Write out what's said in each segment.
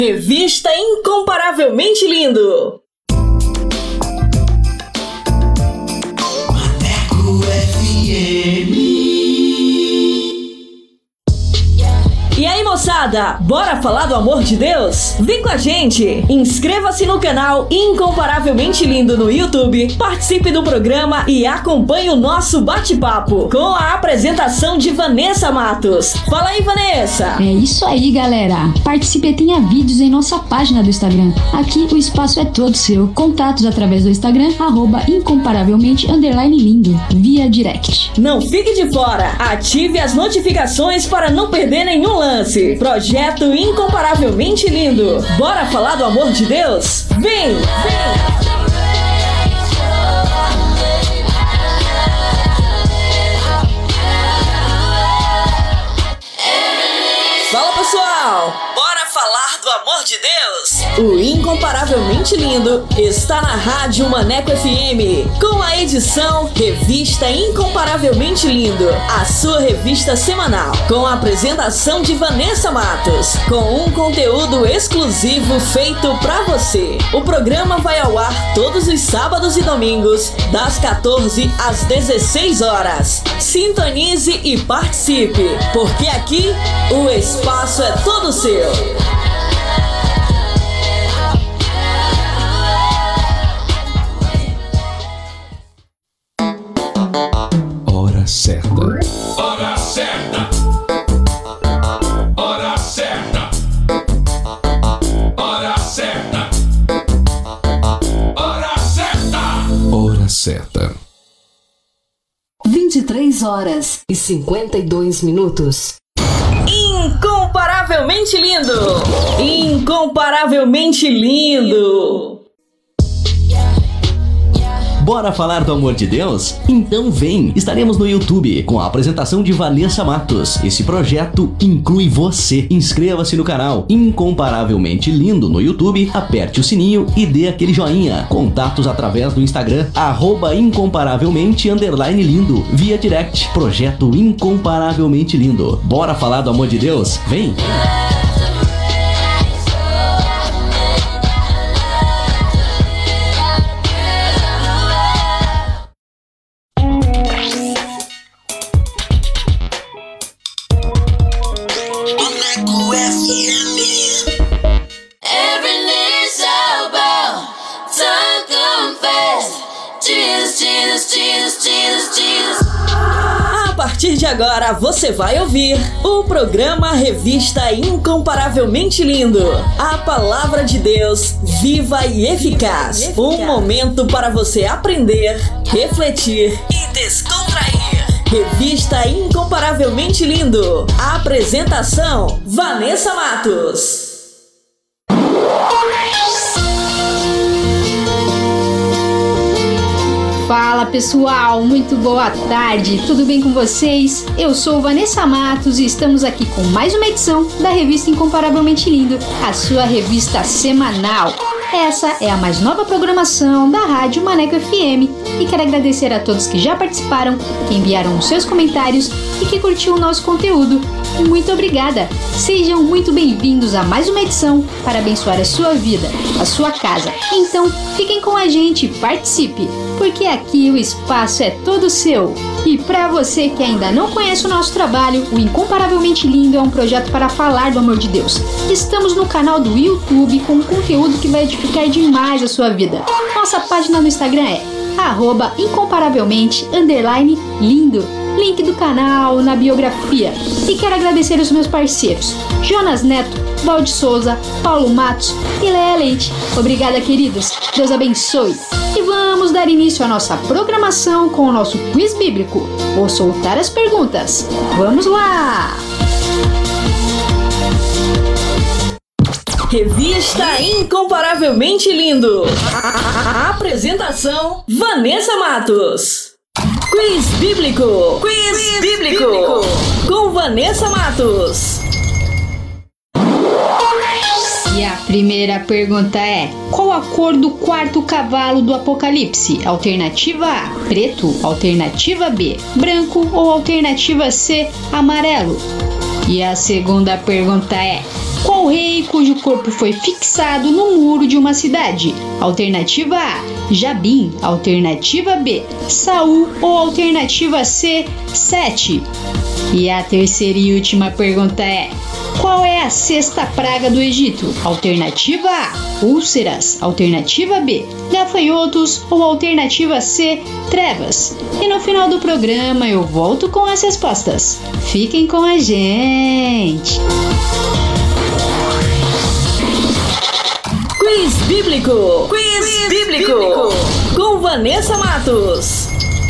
Revista Incomparavelmente Lindo. Maneco FM. E aí, moçada, bora falar do amor de Deus? Vem com a gente! Inscreva-se no canal Incomparavelmente Lindo no YouTube, participe do programa e acompanhe o nosso bate-papo com a apresentação de Vanessa Matos. Fala aí, Vanessa! É isso aí, galera! Participe e tenha vídeos em nossa página do Instagram. Aqui o espaço é todo seu. Contatos através do Instagram, @incomparavelmente_lindo, via direct. Não fique de fora! Ative as notificações para não perder nenhum lance. Projeto Incomparavelmente Lindo. Bora falar do amor de Deus? Vem! Fala, pessoal! Bora falar do amor de Deus? O Incomparavelmente Lindo está na Rádio Maneco FM, com a edição Revista Incomparavelmente Lindo, a sua revista semanal, com a apresentação de Vanessa Matos, com um conteúdo exclusivo feito pra você. O programa vai ao ar todos os sábados e domingos, das 14 às 16 horas. Sintonize e participe, porque aqui o espaço é todo seu. Hora certa. Hora certa. Hora certa. Hora certa. Hora certa. Hora certa. 23h52. Incomparavelmente lindo! Incomparavelmente lindo! Bora falar do amor de Deus? Então vem! Estaremos no YouTube com a apresentação de Vanessa Matos. Esse projeto inclui você. Inscreva-se no canal Incomparavelmente Lindo no YouTube, aperte o sininho e dê aquele joinha. Contatos através do Instagram, @incomparavelmente_lindo, via direct. Projeto Incomparavelmente Lindo. Bora falar do amor de Deus? Vem! A partir de agora você vai ouvir o programa Revista Incomparavelmente Lindo. A palavra de Deus viva e eficaz. Um momento para você aprender, refletir e descontrair. Revista Incomparavelmente Lindo. A apresentação: Vanessa Matos. Fala pessoal, muito boa tarde, tudo bem com vocês? Eu sou Vanessa Matos e estamos aqui com mais uma edição da Revista Incomparavelmente Lindo, a sua revista semanal. Essa é a mais nova programação da Rádio Maneco FM e quero agradecer a todos que já participaram, que enviaram os seus comentários e que curtiu o nosso conteúdo. Muito obrigada! Sejam muito bem-vindos a mais uma edição para abençoar a sua vida, a sua casa. Então, fiquem com a gente e participe, porque aqui o espaço é todo seu. E para você que ainda não conhece o nosso trabalho, o Incomparavelmente Lindo é um projeto para falar do amor de Deus. Estamos no canal do YouTube com um conteúdo que vai edificar demais a sua vida. Nossa página no Instagram é @incomparavelmente_lindo. Link do canal na biografia. E quero agradecer os meus parceiros Jonas Neto, Valde Souza, Paulo Matos e Léa Leite. Obrigada, queridos. Deus abençoe. E vamos dar início à nossa programação com o nosso quiz bíblico. Vou soltar as perguntas. Vamos lá! Revista Incomparavelmente Lindo. A apresentação: Vanessa Matos. Quiz Bíblico. Quiz Bíblico. Com Vanessa Matos. E a primeira pergunta é: qual a cor do quarto cavalo do Apocalipse? Alternativa A, preto. Alternativa B, branco. Ou alternativa C, amarelo? E a segunda pergunta é: Qual rei cujo corpo foi fixado no muro de uma cidade? Alternativa A, Jabim. Alternativa B, Saul. Ou alternativa C, Sete. E a terceira e última pergunta é: qual é a sexta praga do Egito? Alternativa A, úlceras. Alternativa B, gafanhotos. Ou alternativa C, trevas. E no final do programa eu volto com as respostas. Fiquem com a gente! Quiz Bíblico! Quiz Bíblico! Com Vanessa Matos.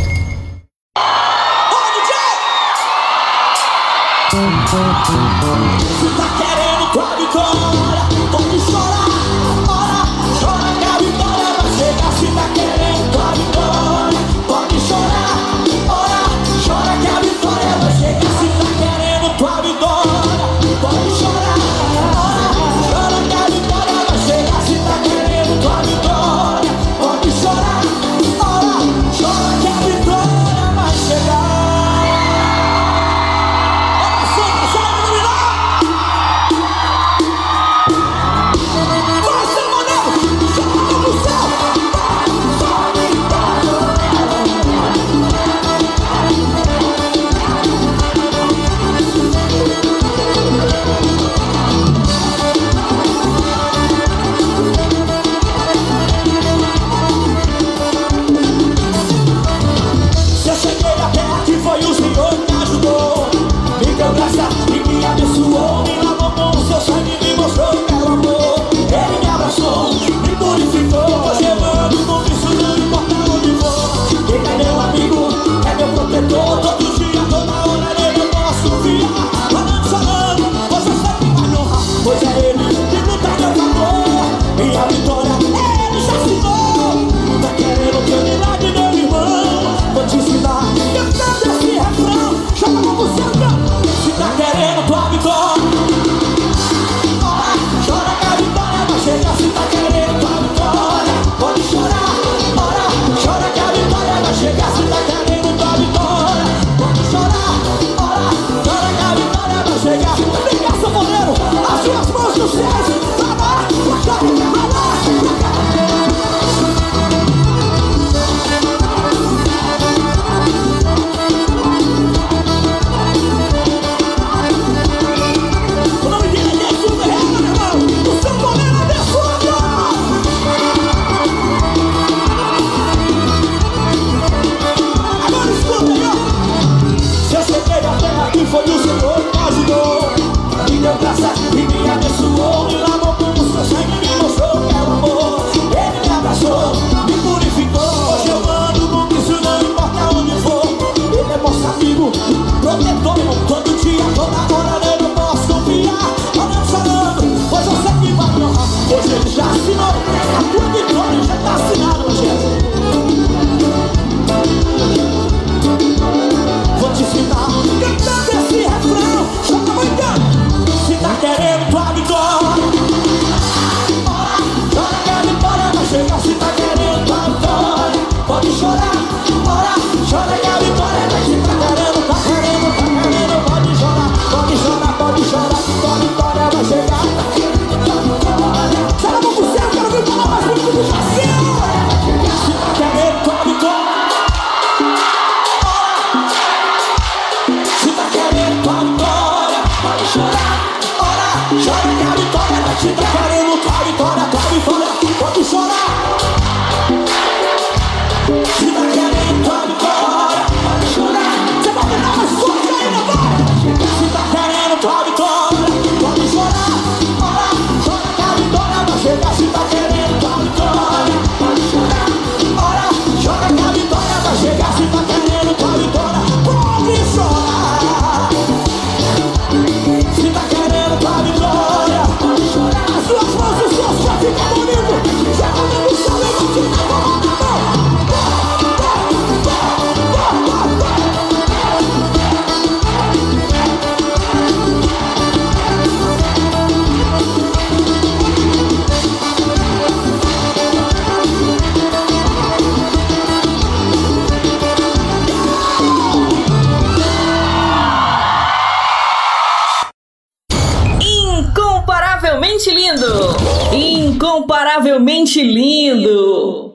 Se tá querendo tua vitória, pode chorar, ora, chora que a vitória vai chegar. Se tá querendo tua vitória, pode chorar, ora, chora que a vitória vai chegar. Se tá querendo tua vitória, pode chorar, ora, chora que a vitória vai chegar. Se tá querendo tua vitória, pode chorar, ora, chora que a vitória vai chegar. Incomparavelmente lindo!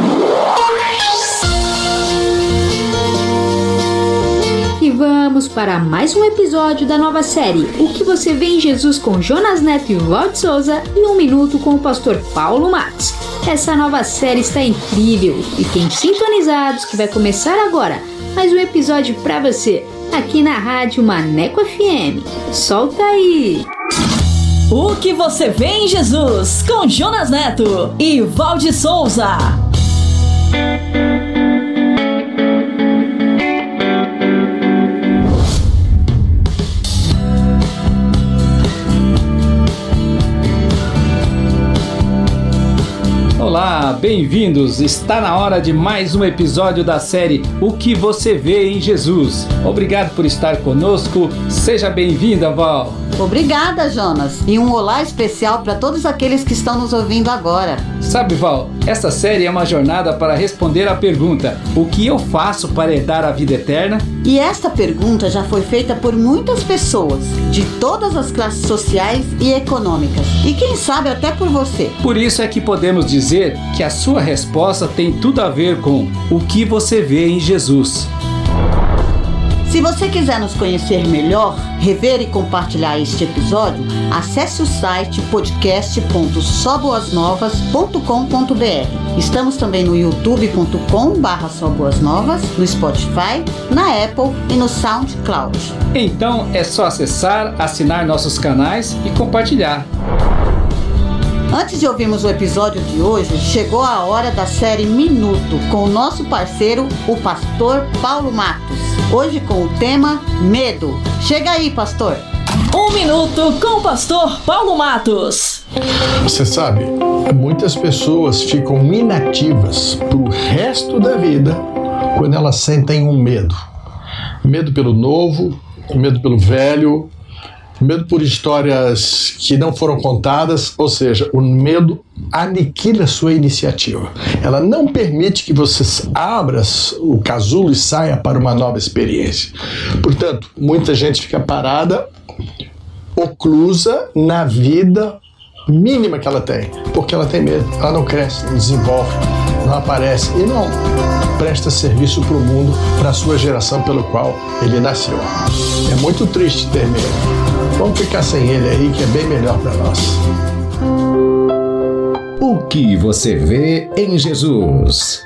E vamos para mais um episódio da nova série O que você vê em Jesus com Jonas Neto e Valde Souza e 1 minuto com o pastor Paulo Matos. Essa nova série está incrível, fiquem sintonizados que vai começar agora mais um episódio para você aqui na Rádio Maneco FM. Solta aí! O que você vê em Jesus com Jonas Neto e Valde Souza. Olá, bem-vindos! Está na hora de mais um episódio da série O que você vê em Jesus. Obrigado por estar conosco. Seja bem-vinda, Val. Obrigada, Jonas. E um olá especial para todos aqueles que estão nos ouvindo agora. Sabe, Val, essa série é uma jornada para responder à pergunta: o que eu faço para herdar a vida eterna? E esta pergunta já foi feita por muitas pessoas, de todas as classes sociais e econômicas. E quem sabe até por você. Por isso é que podemos dizer que a sua resposta tem tudo a ver com o que você vê em Jesus. Se você quiser nos conhecer melhor, rever e compartilhar este episódio, acesse o site podcast.soboasnovas.com.br. Estamos também no youtube.com/soboasnovas, no Spotify, na Apple e no SoundCloud. Então é só acessar, assinar nossos canais e compartilhar. Antes de ouvirmos o episódio de hoje, chegou a hora da série Minuto, com o nosso parceiro, o pastor Paulo Matos. Hoje com o tema Medo. Chega aí, pastor! 1 minuto com o pastor Paulo Matos. Você sabe, muitas pessoas ficam inativas pro resto da vida quando elas sentem um medo. Medo pelo novo, medo pelo velho, medo por histórias que não foram contadas, ou seja, o medo aniquila a sua iniciativa. Ela não permite que você abra o casulo e saia para uma nova experiência. Portanto, muita gente fica parada, oclusa na vida mínima que ela tem, porque ela tem medo, ela não cresce, não desenvolve, não aparece e não presta serviço para o mundo, para a sua geração pelo qual ele nasceu. É muito triste ter medo. Vamos ficar sem ele aí, que é bem melhor para nós. O que você vê em Jesus?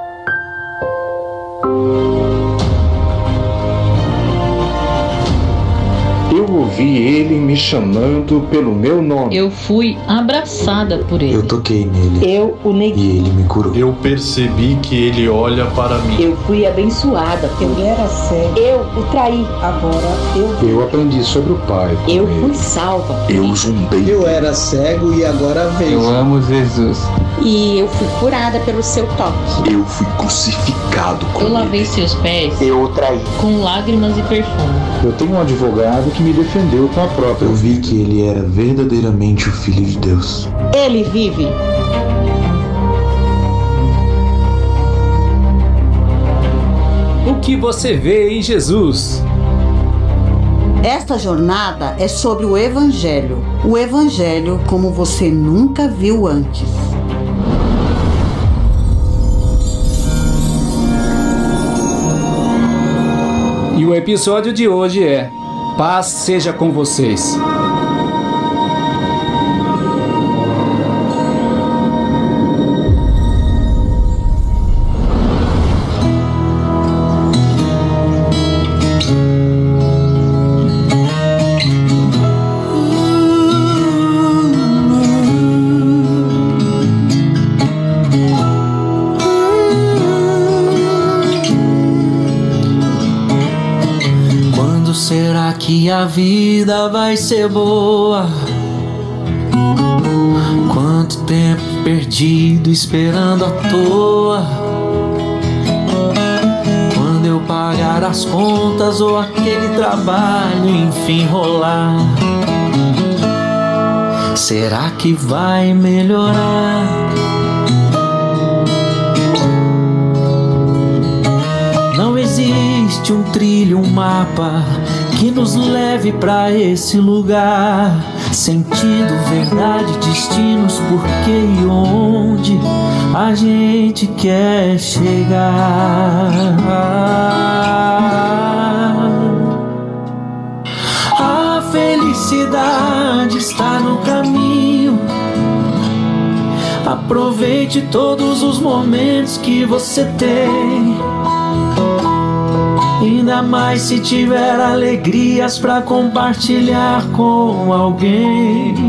Eu ouvi ele me chamando pelo meu nome. Eu fui abraçada por ele. Eu toquei nele. Eu o neguei. E ele me curou. Eu percebi que ele olha para mim. Eu fui abençoada. Eu era cego. Eu o traí. Agora eu aprendi sobre o Pai. Eu fui salva. Eu zumbei. Eu era cego e agora vejo. Eu amo Jesus. E eu fui curada pelo seu toque. Eu fui crucificado com ele. Eu lavei seus pés. Eu o traí. Com lágrimas e perfume. Eu tenho um advogado que me defendeu com a própria. Eu vi que ele era verdadeiramente o Filho de Deus. Ele vive. O que você vê em Jesus? Esta jornada é sobre o Evangelho. O Evangelho como você nunca viu antes. E o episódio de hoje é Paz seja com vocês. Será que a vida vai ser boa? Quanto tempo perdido esperando à toa? Quando eu pagar as contas ou aquele trabalho enfim rolar, será que vai melhorar? Não existe um trilho, um mapa que nos leve pra esse lugar. sentido, verdade, destinos, porquê e onde a gente quer chegar. A felicidade está no caminho. Aproveite todos os momentos que você tem, ainda mais se tiver alegrias pra compartilhar com alguém.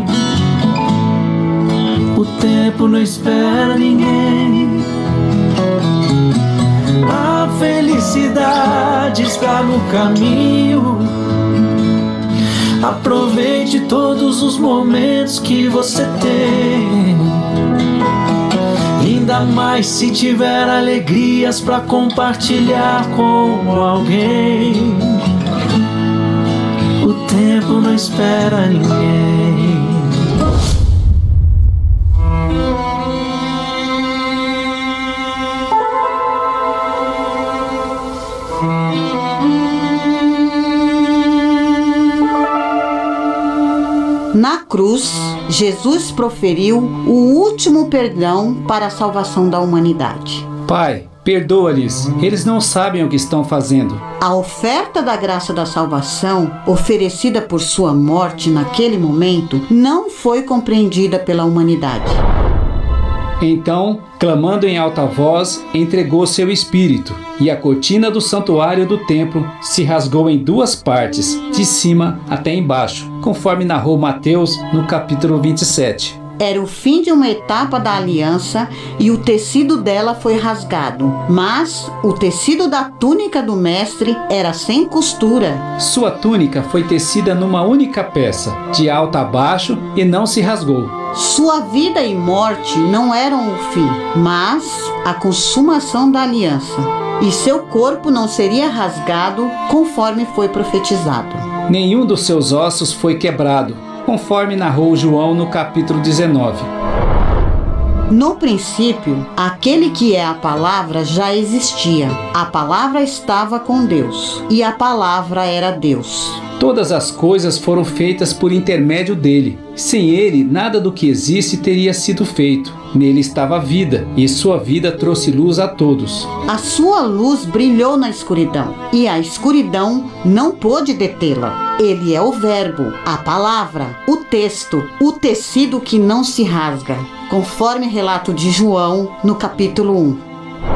O tempo não espera ninguém. A felicidade está no caminho. Aproveite todos os momentos que você tem, ainda mais se tiver alegrias pra compartilhar com alguém. O tempo não espera ninguém. Na cruz, Jesus proferiu o último perdão para a salvação da humanidade. Pai, perdoa-lhes, eles não sabem o que estão fazendo. A oferta da graça da salvação, oferecida por sua morte naquele momento, não foi compreendida pela humanidade. Então, clamando em alta voz, entregou seu espírito, e a cortina do santuário do templo se rasgou em duas partes, de cima até embaixo, conforme narrou Mateus no capítulo 27. Era o fim de uma etapa da aliança e o tecido dela foi rasgado, mas o tecido da túnica do mestre era sem costura. Sua túnica foi tecida numa única peça, de alto a baixo, e não se rasgou. Sua vida e morte não eram o fim, mas a consumação da aliança. E seu corpo não seria rasgado conforme foi profetizado. Nenhum dos seus ossos foi quebrado, conforme narrou João no capítulo 19. No princípio, aquele que é a palavra já existia. A palavra estava com Deus, e a palavra era Deus. Todas as coisas foram feitas por intermédio dele. Sem ele, nada do que existe teria sido feito. Nele estava a vida, e sua vida trouxe luz a todos. A sua luz brilhou na escuridão, e a escuridão não pôde detê-la. Ele é o verbo, a palavra, o texto, o tecido que não se rasga, conforme relato de João no capítulo 1.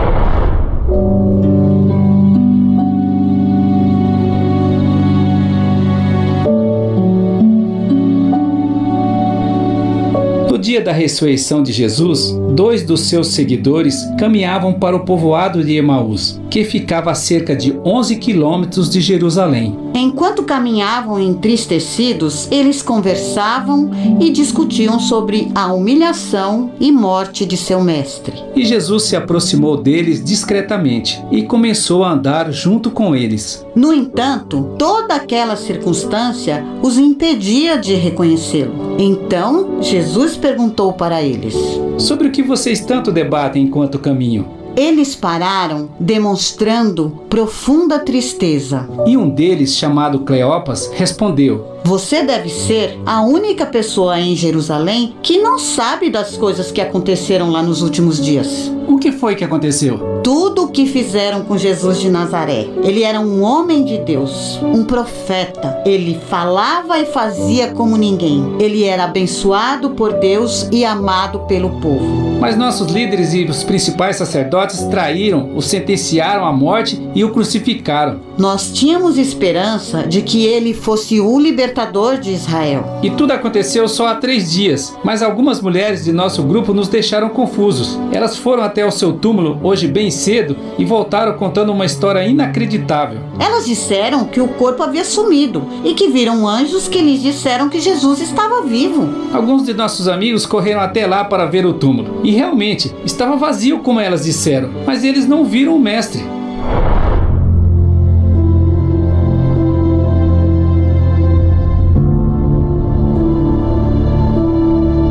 No dia da ressurreição de Jesus, 2 dos seus seguidores caminhavam para o povoado de Emaús, que ficava a cerca de 11 quilômetros de Jerusalém. Enquanto caminhavam entristecidos, eles conversavam e discutiam sobre a humilhação e morte de seu mestre. E Jesus se aproximou deles discretamente e começou a andar junto com eles. No entanto, toda aquela circunstância os impedia de reconhecê-lo. Então, Jesus perguntou para eles: sobre o que vocês tanto debatem enquanto caminham? Eles pararam, demonstrando profunda tristeza. E um deles, chamado Cleopas, respondeu: você deve ser a única pessoa em Jerusalém que não sabe das coisas que aconteceram lá nos últimos dias. O que foi que aconteceu? Tudo o que fizeram com Jesus de Nazaré. Ele era um homem de Deus, um profeta. Ele falava e fazia como ninguém. Ele era abençoado por Deus e amado pelo povo. Mas nossos líderes e os principais sacerdotes traíram, o sentenciaram à morte e o crucificaram. Nós tínhamos esperança de que ele fosse o libertador de Israel. E tudo aconteceu só há 3 dias, mas algumas mulheres de nosso grupo nos deixaram confusos. Elas foram até o seu túmulo hoje bem cedo e voltaram contando uma história inacreditável. Elas disseram que o corpo havia sumido e que viram anjos que lhes disseram que Jesus estava vivo. Alguns de nossos amigos correram até lá para ver o túmulo. E realmente, estava vazio como elas disseram, mas eles não viram o mestre.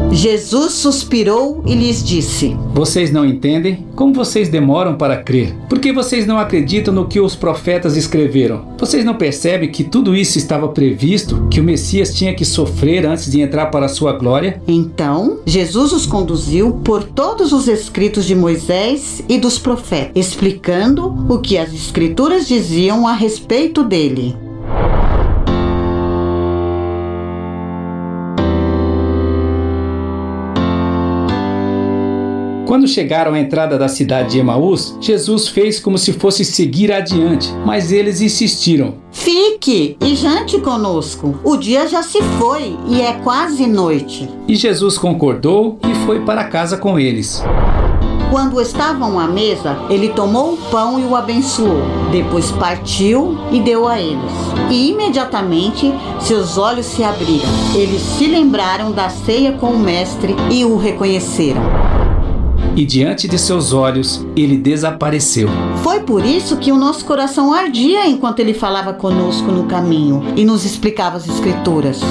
Jesus suspirou e lhes disse: Vocês não entendem? Como vocês demoram para crer? Por que vocês não acreditam no que os profetas escreveram? Vocês não percebem que tudo isso estava previsto? Que o Messias tinha que sofrer antes de entrar para a sua glória? Então, Jesus os conduziu por todos os escritos de Moisés e dos profetas, explicando o que as escrituras diziam a respeito dele. Quando chegaram à entrada da cidade de Emaús, Jesus fez como se fosse seguir adiante, mas eles insistiram. Fique e jante conosco. O dia já se foi e é quase noite. E Jesus concordou e foi para casa com eles. Quando estavam à mesa, ele tomou o pão e o abençoou. Depois partiu e deu a eles. E imediatamente seus olhos se abriram. Eles se lembraram da ceia com o mestre e o reconheceram. E diante de seus olhos, ele desapareceu. Foi por isso que o nosso coração ardia enquanto ele falava conosco no caminho e nos explicava as escrituras.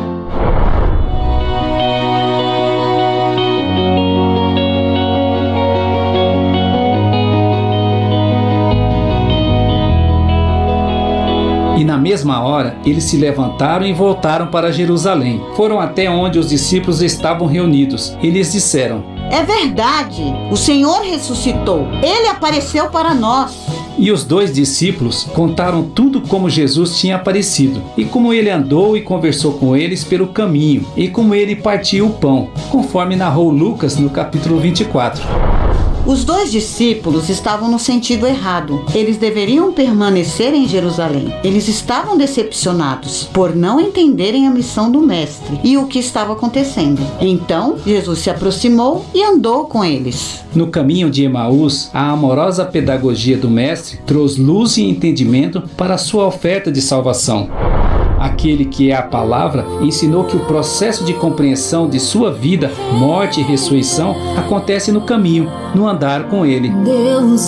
E na mesma hora, eles se levantaram e voltaram para Jerusalém. Foram até onde os discípulos estavam reunidos. E lhes disseram: É verdade, o Senhor ressuscitou. Ele apareceu para nós. E os 2 discípulos contaram tudo como Jesus tinha aparecido, e como ele andou e conversou com eles pelo caminho, e como ele partiu o pão, conforme narrou Lucas no capítulo 24. Os 2 discípulos estavam no sentido errado. Eles deveriam permanecer em Jerusalém. Eles estavam decepcionados por não entenderem a missão do Mestre e o que estava acontecendo. Então, Jesus se aproximou e andou com eles. No caminho de Emaús, a amorosa pedagogia do Mestre trouxe luz e entendimento para a sua oferta de salvação. Aquele que é a palavra ensinou que o processo de compreensão de sua vida, morte e ressurreição acontece no caminho, no andar com ele. Deus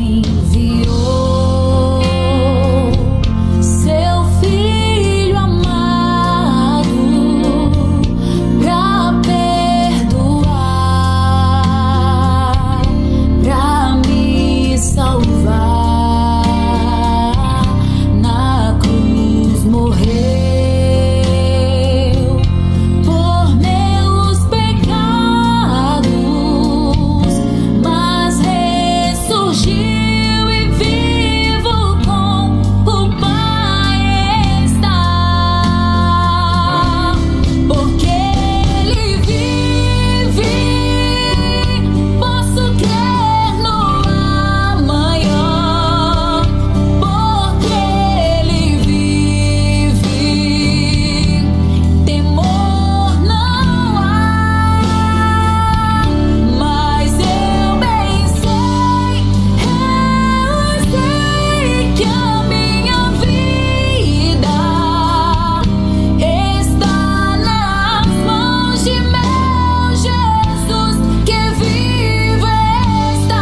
enviou seu Filho amado pra perdoar, pra me salvar. Na cruz morreu por meus pecados, mas ressurgiu e vivo com o Pai está. Porque Ele vive, posso crer no amanhã. Porque Ele vive, temor não há. Mas eu bem sei que a minha vida está nas mãos de meu Jesus, que vivo está.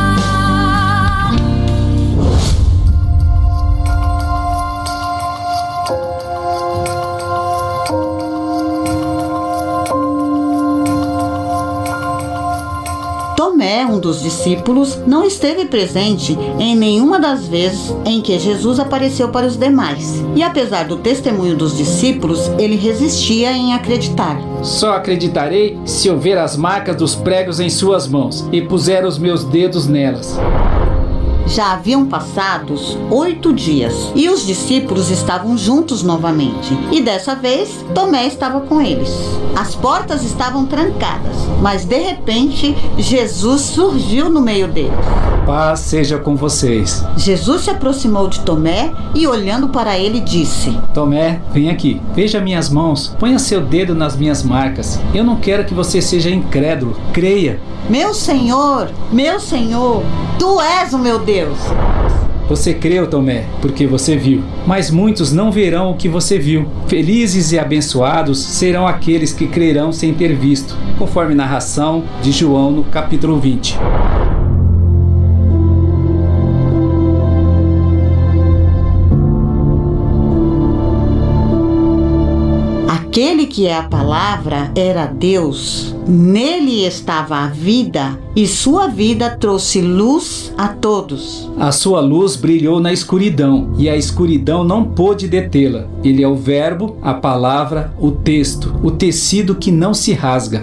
Tomé, um dos discípulos, não esteve presente em nenhuma das vezes em que Jesus apareceu para os demais. E apesar do testemunho dos discípulos, ele resistia em acreditar. Só acreditarei se eu ver as marcas dos pregos em suas mãos e puser os meus dedos nelas. Já haviam passados 8 dias e os discípulos estavam juntos novamente. E dessa vez, Tomé estava com eles. As portas estavam trancadas, mas de repente, Jesus surgiu no meio deles. Paz seja com vocês. Jesus se aproximou de Tomé e, olhando para ele, disse: Tomé, vem aqui. Veja minhas mãos. Ponha seu dedo nas minhas marcas. Eu não quero que você seja incrédulo. Creia. Meu Senhor, Tu és o meu Deus. Você creu, Tomé, porque você viu. Mas muitos não verão o que você viu. Felizes e abençoados serão aqueles que crerão sem ter visto, conforme narração de João no capítulo 20. aquele que é a palavra era Deus. Nele estava a vida, e sua vida trouxe luz a todos. A sua luz brilhou na escuridão, e a escuridão não pôde detê-la. Ele é o verbo, a palavra, o texto, o tecido que não se rasga.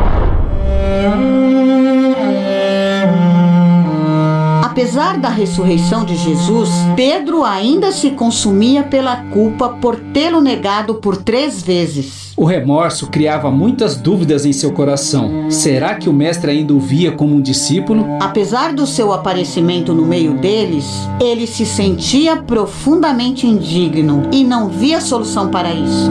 Apesar da ressurreição de Jesus, Pedro ainda se consumia pela culpa por tê-lo negado por 3 vezes. O remorso criava muitas dúvidas em seu coração. Será que o mestre ainda o via como um discípulo? Apesar do seu aparecimento no meio deles, ele se sentia profundamente indigno e não via solução para isso.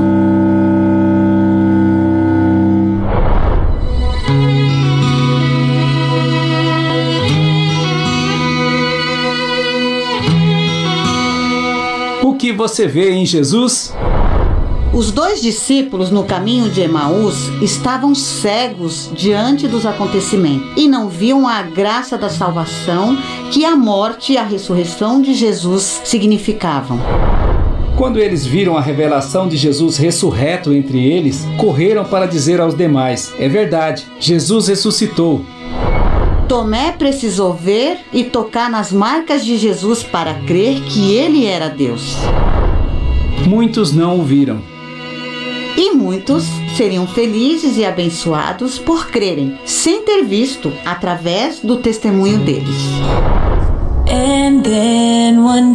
O que você vê em Jesus? Os 2 discípulos no caminho de Emaús estavam cegos diante dos acontecimentos e não viam a graça da salvação que a morte e a ressurreição de Jesus significavam. Quando eles viram a revelação de Jesus ressurreto entre eles, correram para dizer aos demais: é verdade, Jesus ressuscitou. Tomé precisou ver e tocar nas marcas de Jesus para crer que ele era Deus. Muitos não o viram. E muitos seriam felizes e abençoados por crerem, sem ter visto, através do testemunho deles. And then one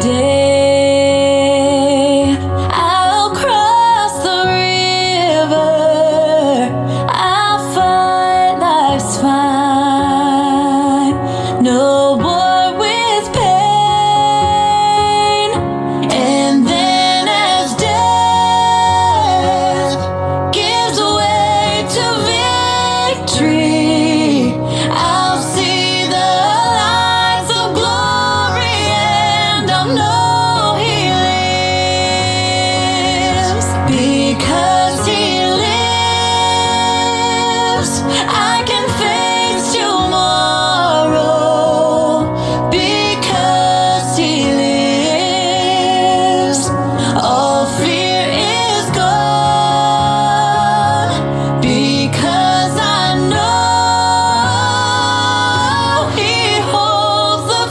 day I'll cross the river. I'll fight life's fine. No war with pain. And then as death gives way to victory, I'll see the lights of glory, and I'll know He lives. Because He lives, I can face tomorrow. Because He lives, all fear is gone. Because I know He holds the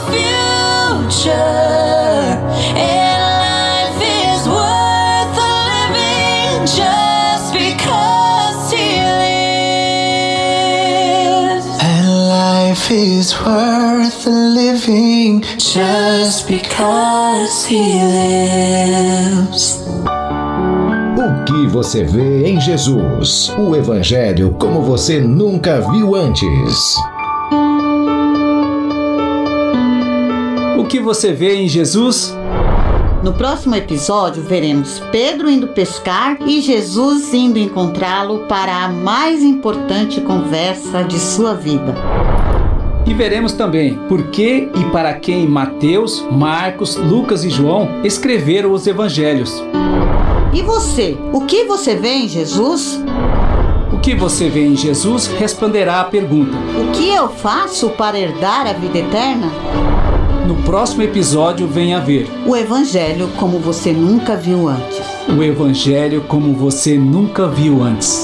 future, and life is worth the living just because He lives. And life is worth living just because He lives. O que você vê em Jesus? O Evangelho como você nunca viu antes. O que você vê em Jesus? No próximo episódio, veremos Pedro indo pescar e Jesus indo encontrá-lo para a mais importante conversa de sua vida. E veremos também por que e para quem Mateus, Marcos, Lucas e João escreveram os evangelhos. E você? O que você vê em Jesus? O que você vê em Jesus responderá à pergunta: O que eu faço para herdar a vida eterna? No próximo episódio, venha ver O Evangelho como você nunca viu antes. o Evangelho como você nunca viu antes.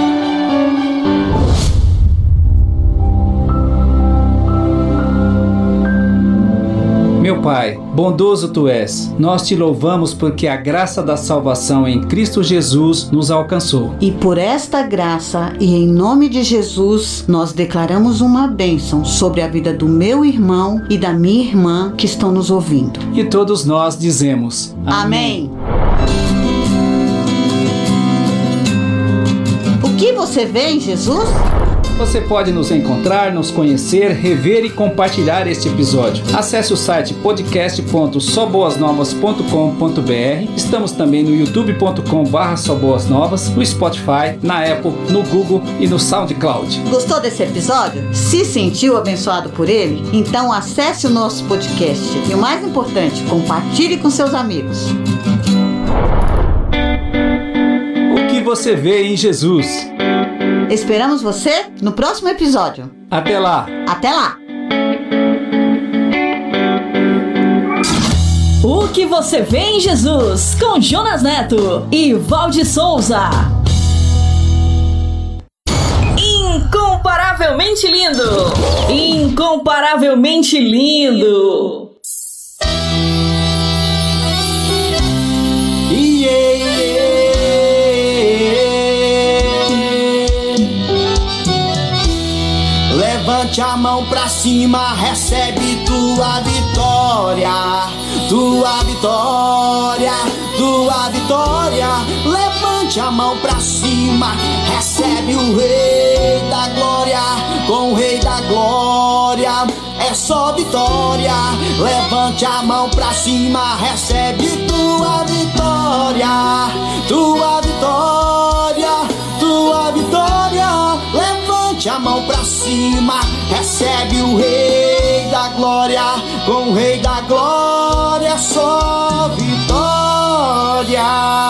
Meu Pai, bondoso Tu és, nós Te louvamos porque a graça da salvação em Cristo Jesus nos alcançou. E por esta graça e em nome de Jesus, nós declaramos uma bênção sobre a vida do meu irmão e da minha irmã que estão nos ouvindo. E todos nós dizemos: Amém. O que você vê em Jesus? Você pode nos encontrar, nos conhecer, rever e compartilhar este episódio. Acesse o site podcast.soboasnovas.com.br. Estamos também no youtube.com/soboasnovas, no Spotify, na Apple, no Google e no SoundCloud. Gostou desse episódio? Se sentiu abençoado por ele? Então acesse o nosso podcast. E o mais importante, compartilhe com seus amigos. O que você vê em Jesus? Esperamos você no próximo episódio. Até lá! Até lá! O que você vê em Jesus? Com Jonas Neto e Valde Souza. Incomparavelmente lindo! Incomparavelmente lindo! Levante a mão pra cima, recebe tua vitória, tua vitória, tua vitória. Levante a mão pra cima, recebe o Rei da Glória, com o Rei da Glória é só vitória. Levante a mão pra cima, recebe tua vitória, tua vitória, tua vitória. Levante a mão pra cima, recebe o Rei da Glória, com o Rei da Glória é só vitória.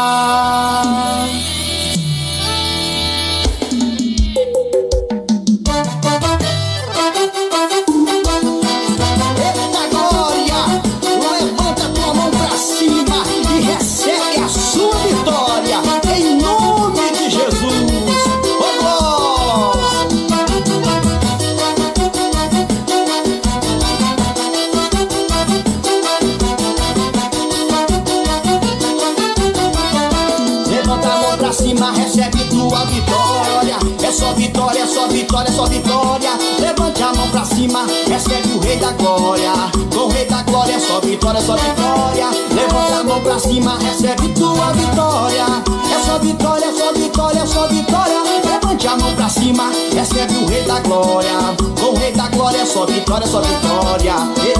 Recebe tua vitória, é só vitória, só vitória, só vitória. Levante a mão pra cima, recebe o Rei da Glória, com o Rei da Glória é só vitória, só vitória. Levante a mão pra cima, recebe tua vitória, é só vitória, só vitória, só vitória. Levante a mão pra cima, recebe o Rei da Glória, com o Rei da Glória é só vitória, só vitória.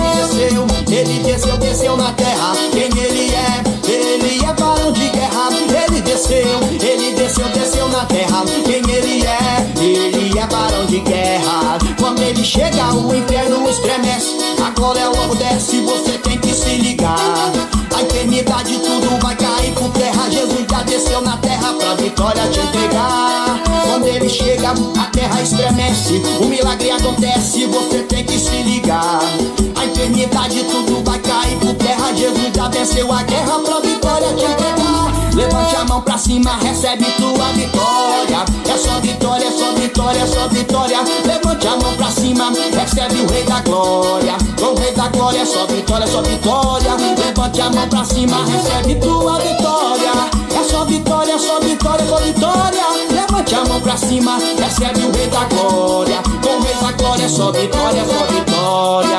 Desceu na terra. Quem ele é varão de guerra. Ele desceu na terra. Quem ele é varão de guerra. Quando ele chega, o inferno estremece, a glória logo desce, você tem que se ligar. A eternidade tudo vai cair por terra. Jesus já desceu na terra pra vitória te entregar. Quando ele chega, a terra estremece, o milagre acontece, você tem que se ligar. A eternidade tudo vai cair por terra. Jesus já venceu a guerra pra vitória te entregar. Levante a mão pra cima, recebe tua vitória. É só vitória, é só vitória, é só vitória. Levante a mão pra cima, recebe o Rei da Glória, com o Rei da Glória é só vitória, é só vitória. Levante a mão pra cima, recebe tua vitória. É só vitória, só vitória, só vitória. Levante a mão pra cima, recebe o Rei da Glória, com o Rei da Glória é só vitória, é só vitória.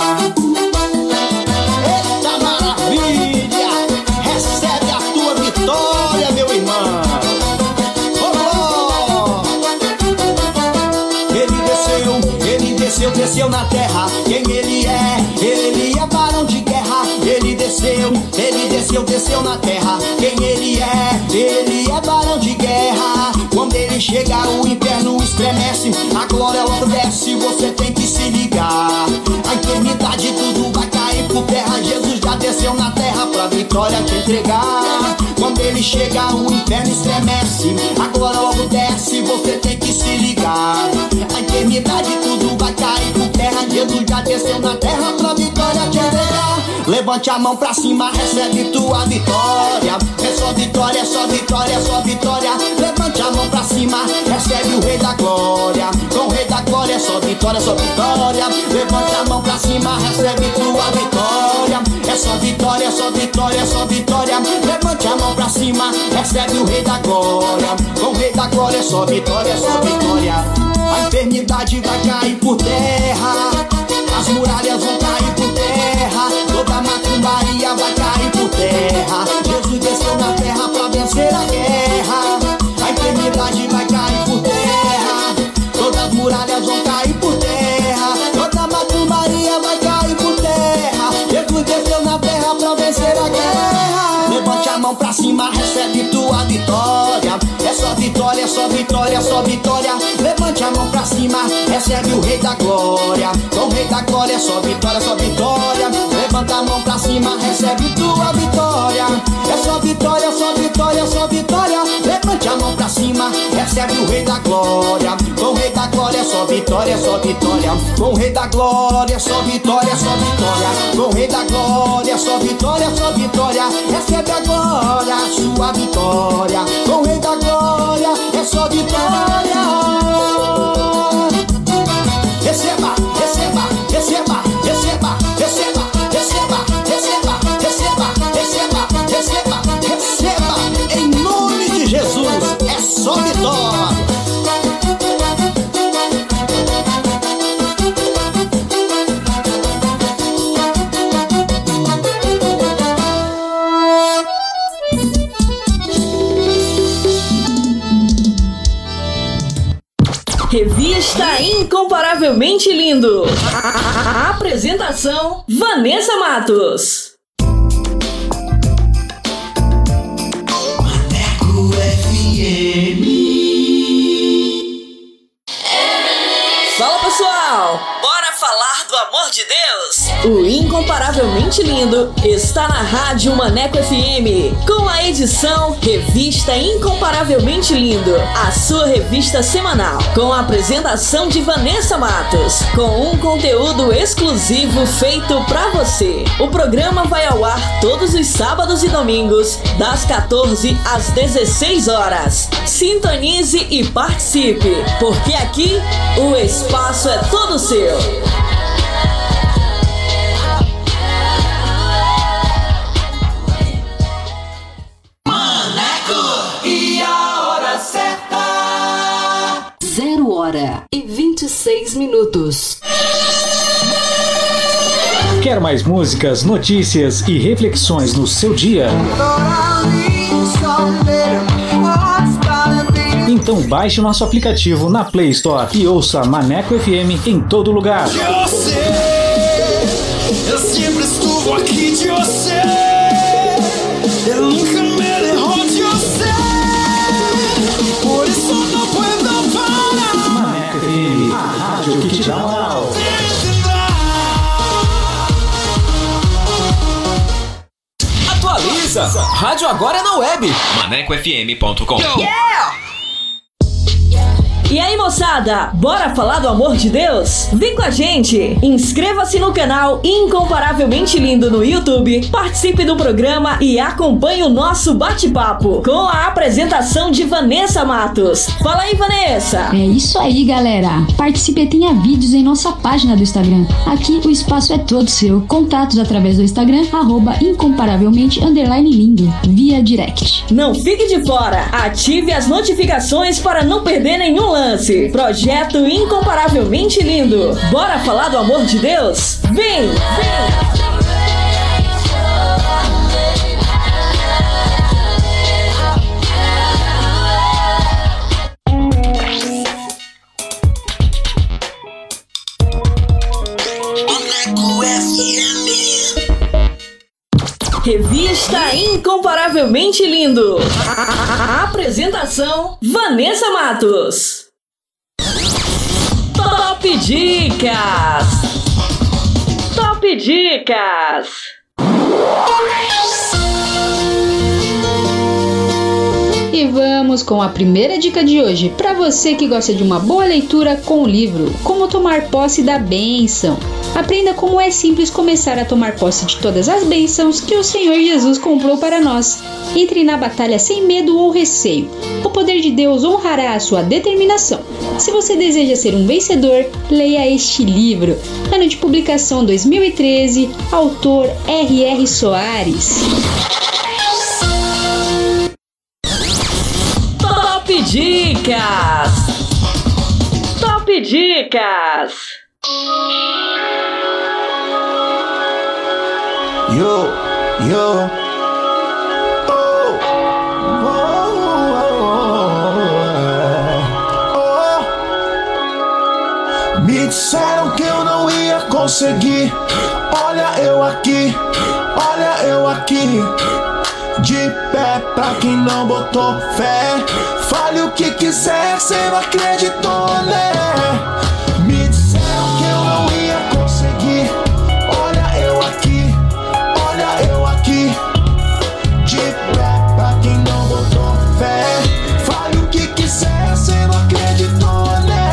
Eita maravilha! Recebe a tua vitória, meu irmão. Desceu na terra. Quem ele é varão de guerra. Ele desceu na terra. Quem ele é varão de guerra. Quando ele chega, o inferno estremece, a glória logo desce, você tem que se ligar. A eternidade tudo vai cair por terra. Jesus já desceu na terra pra vitória te entregar. Quando ele chega, o inferno estremece, a glória logo desce, você tem que se ligar. A eternidade tudo vai cair por terra. Jesus já desceu na terra pra vitória te entregar. Levante a mão pra cima, recebe tua vitória. É só vitória, é só vitória, é só vitória. Levante a mão pra cima, recebe o Rei da Glória, com o Rei da Glória é só vitória, é só vitória. Levante a mão pra cima, recebe tua vitória. É só vitória, é só vitória, é só vitória. Levante a mão pra cima, recebe o Rei da Glória, com o Rei da Glória é só vitória, é só vitória. A eternidade vai cair por terra, as muralhas vão cair por terra, toda macumbaria vai cair por terra. Jesus desceu na terra pra vencer a guerra. A eternidade vai cair por terra, todas as muralhas vão cair por terra, toda macumbaria vai cair por terra. Jesus desceu na terra pra vencer a guerra. Levante a mão pra cima, recebe tua vitória. É só vitória, é só vitória, é só vitória. Levante a mão pra cima, recebe o Rei da Glória, com o Rei da Glória é só vitória, é só vitória. Levanta a mão pra cima, recebe tua vitória. É só vitória, só vitória, só vitória. Levante a mão pra cima, recebe o Rei da Glória, com o Rei da Glória é só vitória, é só vitória. Com o Rei da Glória é só vitória, é só vitória. Com o Rei da Glória é só vitória, é só vitória. Recebe agora a sua vitória. Com o Rei da Glória é só vitória. Revista Incomparavelmente Lindo. Apresentação: Vanessa Matos. Maneco FM. Fala, pessoal! Bora falar do amor de Deus? O Incomparavelmente Lindo está na Rádio Maneco FM, com a edição Revista Incomparavelmente Lindo, a sua revista semanal, com a apresentação de Vanessa Matos, com um conteúdo exclusivo feito pra você. O programa vai ao ar todos os sábados e domingos, das 14 às 16 horas. Sintonize e participe, porque aqui o espaço é todo seu. E a hora certa? 0h26. Quer mais músicas, notícias e reflexões no seu dia? Então baixe o nosso aplicativo na Play Store e ouça Maneco FM em todo lugar. De você, eu sempre estuvo aqui de você. Eu nunca me erro de você. Por isso não puedo parar. Maneco FM, a rádio que te dá moral. Atualiza! Rádio agora é na web. ManecoFM.com. E aí, moçada, bora falar do amor de Deus? Vem com a gente! Inscreva-se no canal Incomparavelmente Lindo no YouTube, participe do programa e acompanhe o nosso bate-papo com a apresentação de Vanessa Matos. Fala aí, Vanessa! É isso aí, galera! Participe e tenha vídeos em nossa página do Instagram. Aqui o espaço é todo seu. Contatos através do Instagram, @incomparavelmente_lindo, via direct. Não fique de fora! Ative as notificações para não perder nenhum lance. Projeto Incomparavelmente Lindo. Bora falar do amor de Deus? Vem! Revista Incomparavelmente Lindo. Apresentação: Vanessa Matos. Top Dicas. Top Dicas. E vamos com a primeira dica de hoje, para você que gosta de uma boa leitura com o livro Como Tomar Posse da Bênção. Aprenda como é simples começar a tomar posse de todas as bênçãos que o Senhor Jesus comprou para nós. Entre na batalha sem medo ou receio. O poder de Deus honrará a sua determinação. Se você deseja ser um vencedor, leia este livro. Ano de publicação 2013, autor R.R. Soares. Top Dicas. Top Dicas. Yo. Me disseram que eu não ia conseguir. Olha eu aqui. De pé pra quem não botou fé. Fale o que quiser, cê não acreditou, né? Me disseram que eu não ia conseguir. Olha eu aqui. De pé pra quem não botou fé. Fale o que quiser, cê não acreditou, né?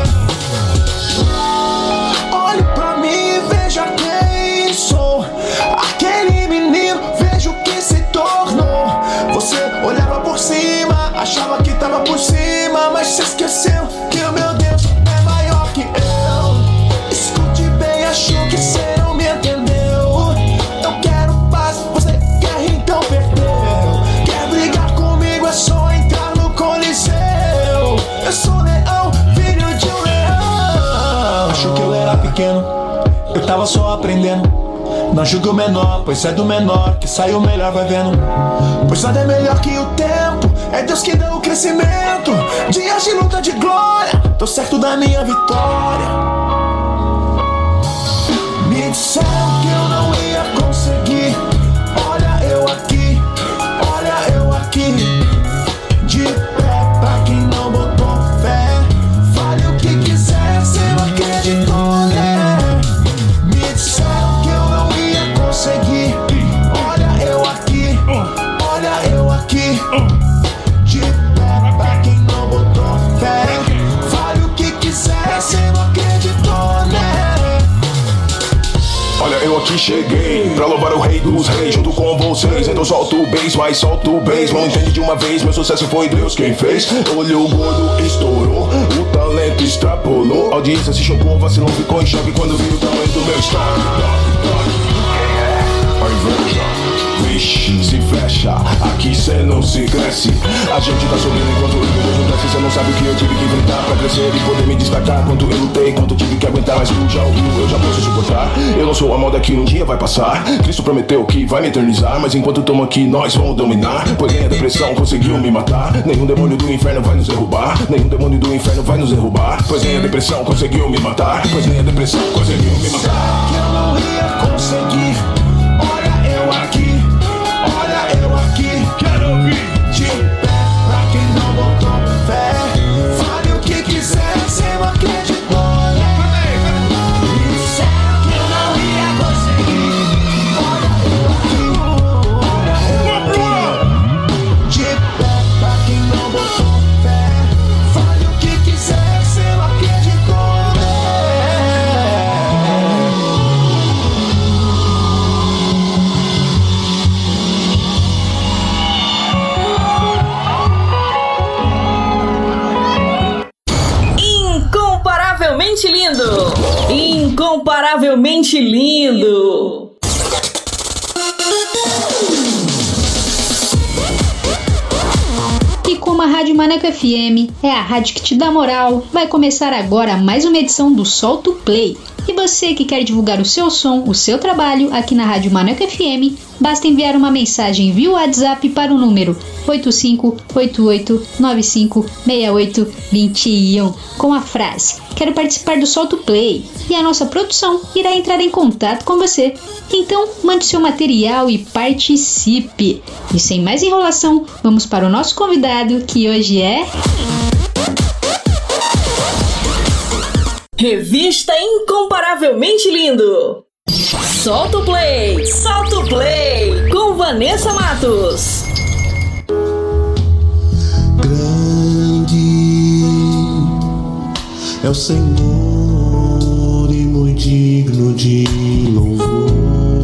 Olhe pra mim e veja quem sou. Aquele menino, veja o que se tornou. Você olhava por cima, achava que tava por cima, mas se esqueceu que o meu Deus é maior que eu. Escute bem, achou que cê não me entendeu. Eu quero paz, você quer então perdeu. Quer brigar comigo, é só entrar no Coliseu. Eu sou leão, filho de um leão. Achou que eu era pequeno, eu tava só aprendendo. Não julgue o menor, pois é do menor que sai o melhor, vai vendo. Pois nada é melhor que o tempo, é Deus que dá o crescimento. Dias de luta, de glória, tô certo da minha vitória. Me disseram que eu não ia conseguir. Olha eu aqui, olha eu aqui. De pé pra quem não botou fé. Fale o que quiser, cê não acreditou, né? Me disseram que eu não ia conseguir. Olha eu aqui, olha eu aqui. De pé pra quem não botou fé. Fale o que quiser, cê não acreditou, né? Olha, eu aqui cheguei pra louvar o rei dos reis junto com vocês. Então solta o bass, mas solta o bass. Não entende de uma vez, meu sucesso foi Deus quem fez. Olho gordo estourou, o talento extrapolou. A audiência se chocou, vacilão ficou em choque quando viu o tamanho do meu estoque. A inveja, vixe, se fecha, aqui cê não se cresce. A gente tá subindo enquanto eu não cresce. Cê não sabe o que eu tive que enfrentar pra crescer e poder me destacar. Quanto eu lutei, quanto tive que aguentar. Mas tu já ouviu, eu já posso suportar. Eu não sou a moda que um dia vai passar. Cristo prometeu que vai me eternizar. Mas enquanto tamo aqui, nós vamos dominar. Pois nem a depressão conseguiu me matar. Nenhum demônio do inferno vai nos derrubar. Nenhum demônio do inferno vai nos derrubar. Pois nem a depressão conseguiu me matar. Pois nem a depressão conseguiu me matar. Que eu não ia conseguir. Olha eu aqui, olha eu aqui. Quero ouvir. De pé pra quem não botou fé. Fale o que quiser, cê não acreditou, né? Me disseram que eu não ia conseguir. Olha eu aqui, olha eu aqui. De pé pra quem não botou fé. Fale o que quiser, cê não acreditou, né? Incomparavelmente lindo! Incomparavelmente lindo! E como a Rádio Maneco FM é a rádio que te dá moral, vai começar agora mais uma edição do Solta o Play. E você que quer divulgar o seu som, o seu trabalho aqui na Rádio Maneco FM, basta enviar uma mensagem via WhatsApp para o número 8588956821 com a frase "Quero participar do Solta o Play", e a nossa produção irá entrar em contato com você. Então mande seu material e participe. E sem mais enrolação, vamos para o nosso convidado, que hoje é... Revista Incomparavelmente Lindo. Solta o Play! Solta o Play! Com Vanessa Matos. Grande é o Senhor e muito digno de louvor.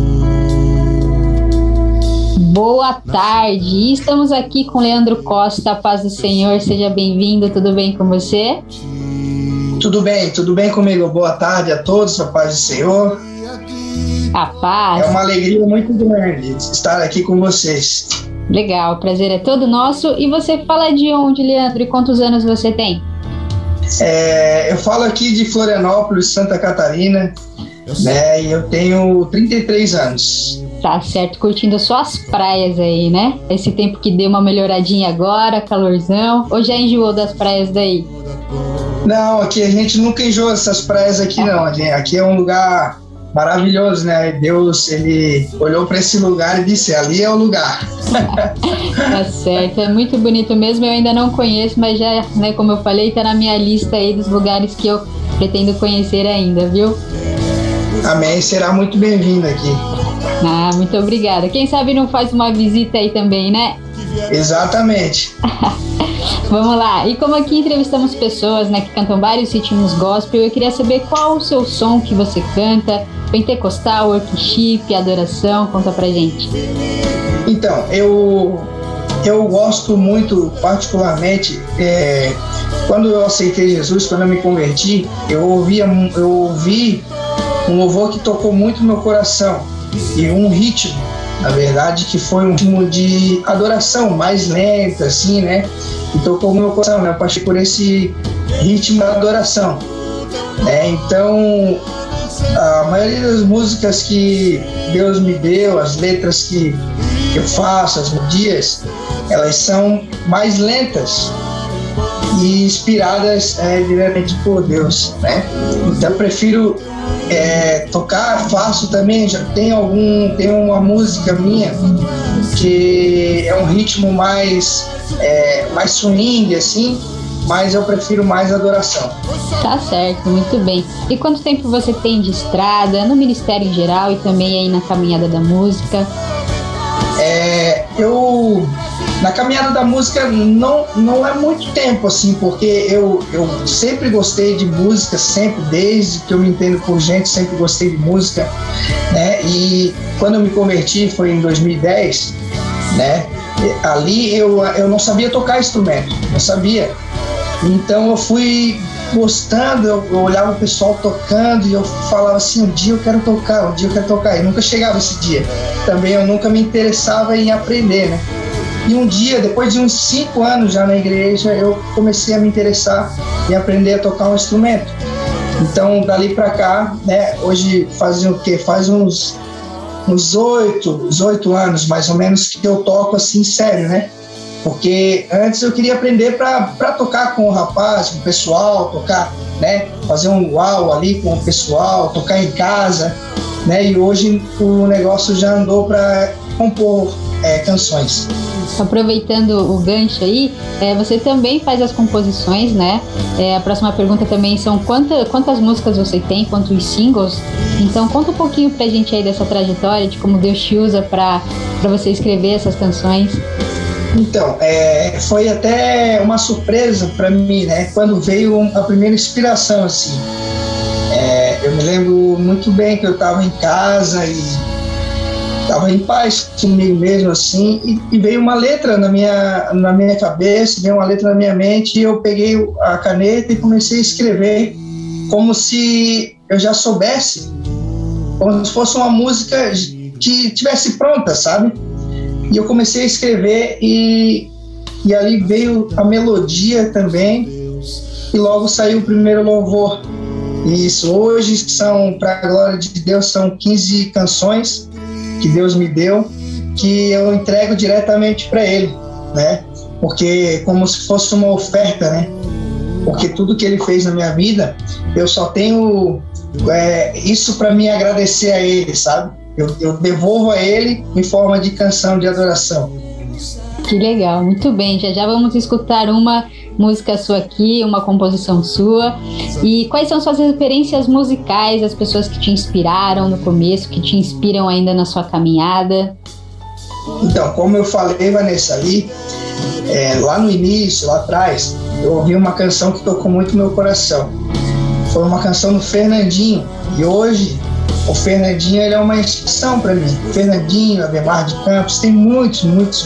Boa tarde, estamos aqui com Leandro Costa, a paz do Senhor, seja bem-vindo, tudo bem com você? Tudo bem comigo, boa tarde a todos, a paz do Senhor. A paz. É uma alegria muito grande estar aqui com vocês. Legal, o prazer é todo nosso. E você fala de onde, Leandro, e quantos anos você tem? Eu falo aqui de Florianópolis, Santa Catarina, né, e eu tenho 33 anos. Tá certo, curtindo só as praias aí, né? Esse tempo que deu uma melhoradinha agora, calorzão. Ou já enjoou das praias daí? Não, aqui a gente nunca enjoa dessas praias aqui, não. Aqui é um lugar maravilhoso, né? Deus, ele olhou para esse lugar e disse, ali é o lugar. Tá certo, é muito bonito mesmo. Eu ainda não conheço, mas já, né, como eu falei, tá na minha lista aí dos lugares que eu pretendo conhecer ainda, viu? Amém, será muito bem-vindo aqui. Ah, muito obrigada. Quem sabe não faz uma visita aí também, né? Exatamente. Vamos lá. E como aqui entrevistamos pessoas, né, que cantam vários ritmos gospel, eu queria saber qual o seu som que você canta, pentecostal, worship, adoração, conta pra gente. Então, eu gosto muito, particularmente, quando eu aceitei Jesus, quando eu me converti, eu ouvi um louvor que tocou muito no meu coração, e um ritmo, na verdade, que foi um ritmo de adoração, mais lento, assim, né, e tocou no meu coração, né, eu passei por esse ritmo da adoração, né, então, A maioria das músicas que Deus me deu, as letras que eu faço, as melodias, elas são mais lentas e inspiradas diretamente por Deus, né? Então eu prefiro tocar, faço também, já tem uma música minha que é um ritmo mais swing, assim, mas eu prefiro mais adoração. Tá certo, muito bem. E quanto tempo você tem de estrada, no ministério em geral e também aí na caminhada da música? Na caminhada da música não é muito tempo, assim, porque eu sempre gostei de música, sempre, desde que eu me entendo por gente, sempre gostei de música, né? E quando eu me converti, foi em 2010, né? Ali eu não sabia tocar instrumento, não sabia. Então eu fui gostando, eu olhava o pessoal tocando e eu falava assim, um dia eu quero tocar, e nunca chegava esse dia. Também eu nunca me interessava em aprender, né? E um dia, depois de uns 5 anos já na igreja, eu comecei a me interessar em aprender a tocar um instrumento. Então, dali pra cá, né, hoje faz uns 8 anos, mais ou menos, que eu toco assim, sério, né? Porque antes eu queria aprender para tocar com o rapaz, com o pessoal, tocar, né? Fazer um uau ali com o pessoal, tocar em casa, né? E hoje o negócio já andou para compor canções. Aproveitando o gancho aí, você também faz as composições, né? A próxima pergunta também são quantas músicas você tem, quantos singles? Então conta um pouquinho pra gente aí dessa trajetória, de como Deus te usa pra você escrever essas canções. Então, foi até uma surpresa para mim, né? Quando veio a primeira inspiração, assim. Eu me lembro muito bem que eu estava em casa e estava em paz comigo mesmo, assim, e veio uma letra na minha cabeça, veio uma letra na minha mente, e eu peguei a caneta e comecei a escrever como se eu já soubesse, como se fosse uma música que tivesse pronta, sabe? E eu comecei a escrever e ali veio a melodia também e logo saiu o primeiro louvor. Isso, hoje são, para a glória de Deus, são 15 canções que Deus me deu, que eu entrego diretamente para Ele, né? Porque como se fosse uma oferta, né? Porque tudo que Ele fez na minha vida, eu só tenho isso para me agradecer a Ele, sabe? Eu devolvo a Ele em forma de canção de adoração. Que legal, muito bem. Já vamos escutar uma música sua aqui, uma composição sua. E quais são suas referências musicais, as pessoas que te inspiraram no começo, que te inspiram ainda na sua caminhada? Então, como eu falei, Vanessa, ali, lá no início, lá atrás, eu ouvi uma canção que tocou muito no meu coração. Foi uma canção do Fernandinho. E hoje o Fernandinho, ele é uma inspiração para mim. O Fernandinho, Ademar de Campos, tem muitos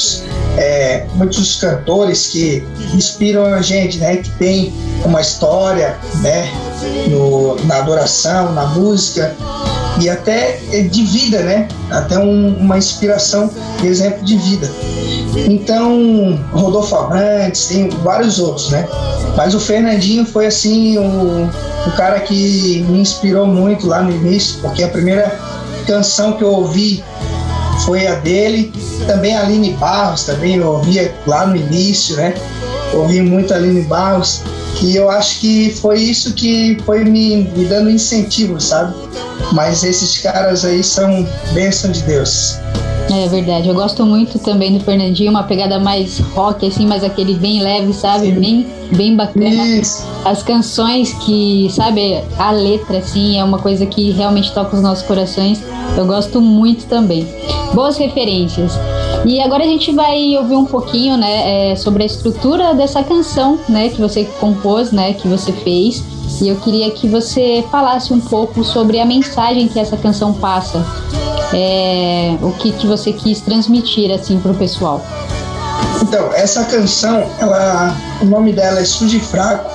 cantores que inspiram a gente, né? Que tem uma história, né? Na adoração, na música e até de vida, né? Até uma inspiração de exemplo de vida. Então, Rodolfo Abrantes, tem vários outros, né? Mas o Fernandinho foi assim o cara que me inspirou muito lá no início, porque a primeira canção que eu ouvi foi a dele. Também a Aline Barros, também eu ouvia lá no início, né? Ouvi muito a Aline Barros, que eu acho que foi isso que foi me dando incentivo, sabe? Mas esses caras aí são bênção de Deus. É verdade, eu gosto muito também do Fernandinho, uma pegada mais rock, assim, mas aquele bem leve, sabe? Bem bacana. Isso. As canções que, sabe, a letra, assim, é uma coisa que realmente toca os nossos corações. Eu gosto muito também. Boas referências. E agora a gente vai ouvir um pouquinho, né, sobre a estrutura dessa canção, né, que você compôs, né, que você fez. E eu queria que você falasse um pouco sobre a mensagem que essa canção passa. O que você quis transmitir assim pro pessoal. Então, essa canção, o nome dela é Sujo e Fraco,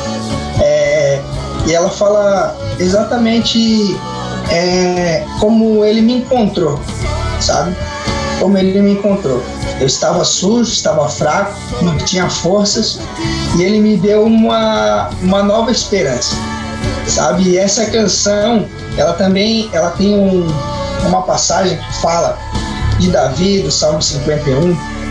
e ela fala exatamente como ele me encontrou, sabe? Como ele me encontrou. Eu estava sujo, estava fraco, não tinha forças, e ele me deu uma nova esperança, sabe? E essa canção, ela tem uma passagem que fala de Davi, do Salmo 51,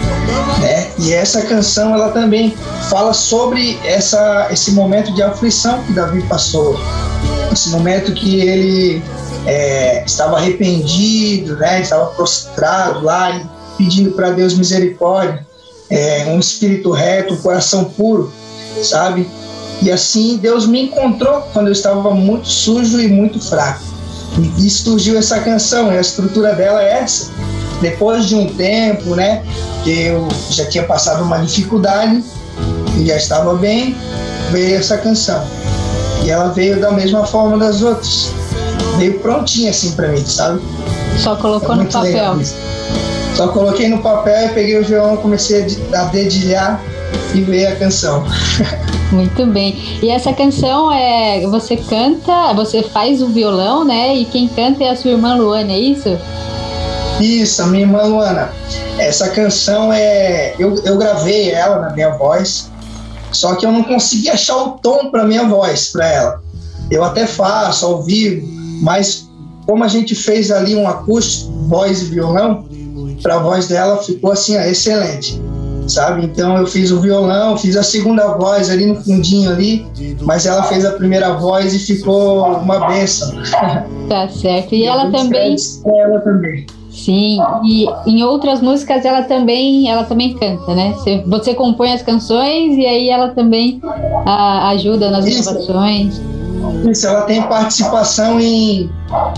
né? E essa canção, ela também fala sobre esse momento de aflição que Davi passou, esse momento que ele estava arrependido, né? Estava prostrado lá e pedindo para Deus misericórdia, um espírito reto, um coração puro, sabe? E assim Deus me encontrou quando eu estava muito sujo e muito fraco. E surgiu essa canção, e a estrutura dela é essa. Depois de um tempo, né, que eu já tinha passado uma dificuldade e já estava bem, veio essa canção. E ela veio da mesma forma das outras. Veio prontinha assim para mim, sabe? Só colocou no papel. Só coloquei no papel e peguei o violão, comecei a dedilhar e veio a canção. Muito bem. E essa canção você canta, você faz o violão, né? E quem canta é a sua irmã Luana, é isso? Isso, a minha irmã Luana. Essa canção eu gravei ela na minha voz, só que eu não consegui achar o tom para minha voz, para ela. Eu até faço ao vivo, mas como a gente fez ali um acústico, voz e violão, para a voz dela ficou assim, excelente, sabe? Então eu fiz o violão, fiz a segunda voz ali no fundinho ali, mas ela fez a primeira voz e ficou uma bênção. Tá certo. E ela também... Ela também. Sim, e em outras músicas ela também canta, né? Você compõe as canções e aí ela também ajuda nas gravações. Isso, ela tem participação em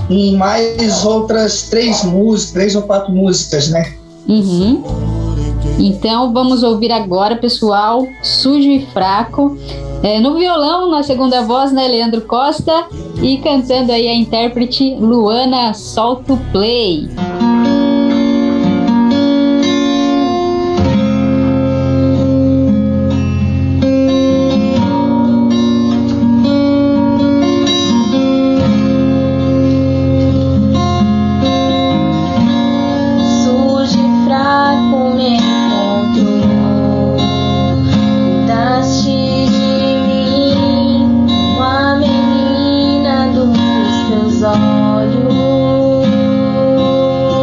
mais outras 3 ou 4 músicas, né? Uhum. Então vamos ouvir agora, pessoal, Sujo e Fraco. No violão, na segunda voz, né, Leandro Costa, e cantando aí a intérprete Luana. Solta o play. Olhos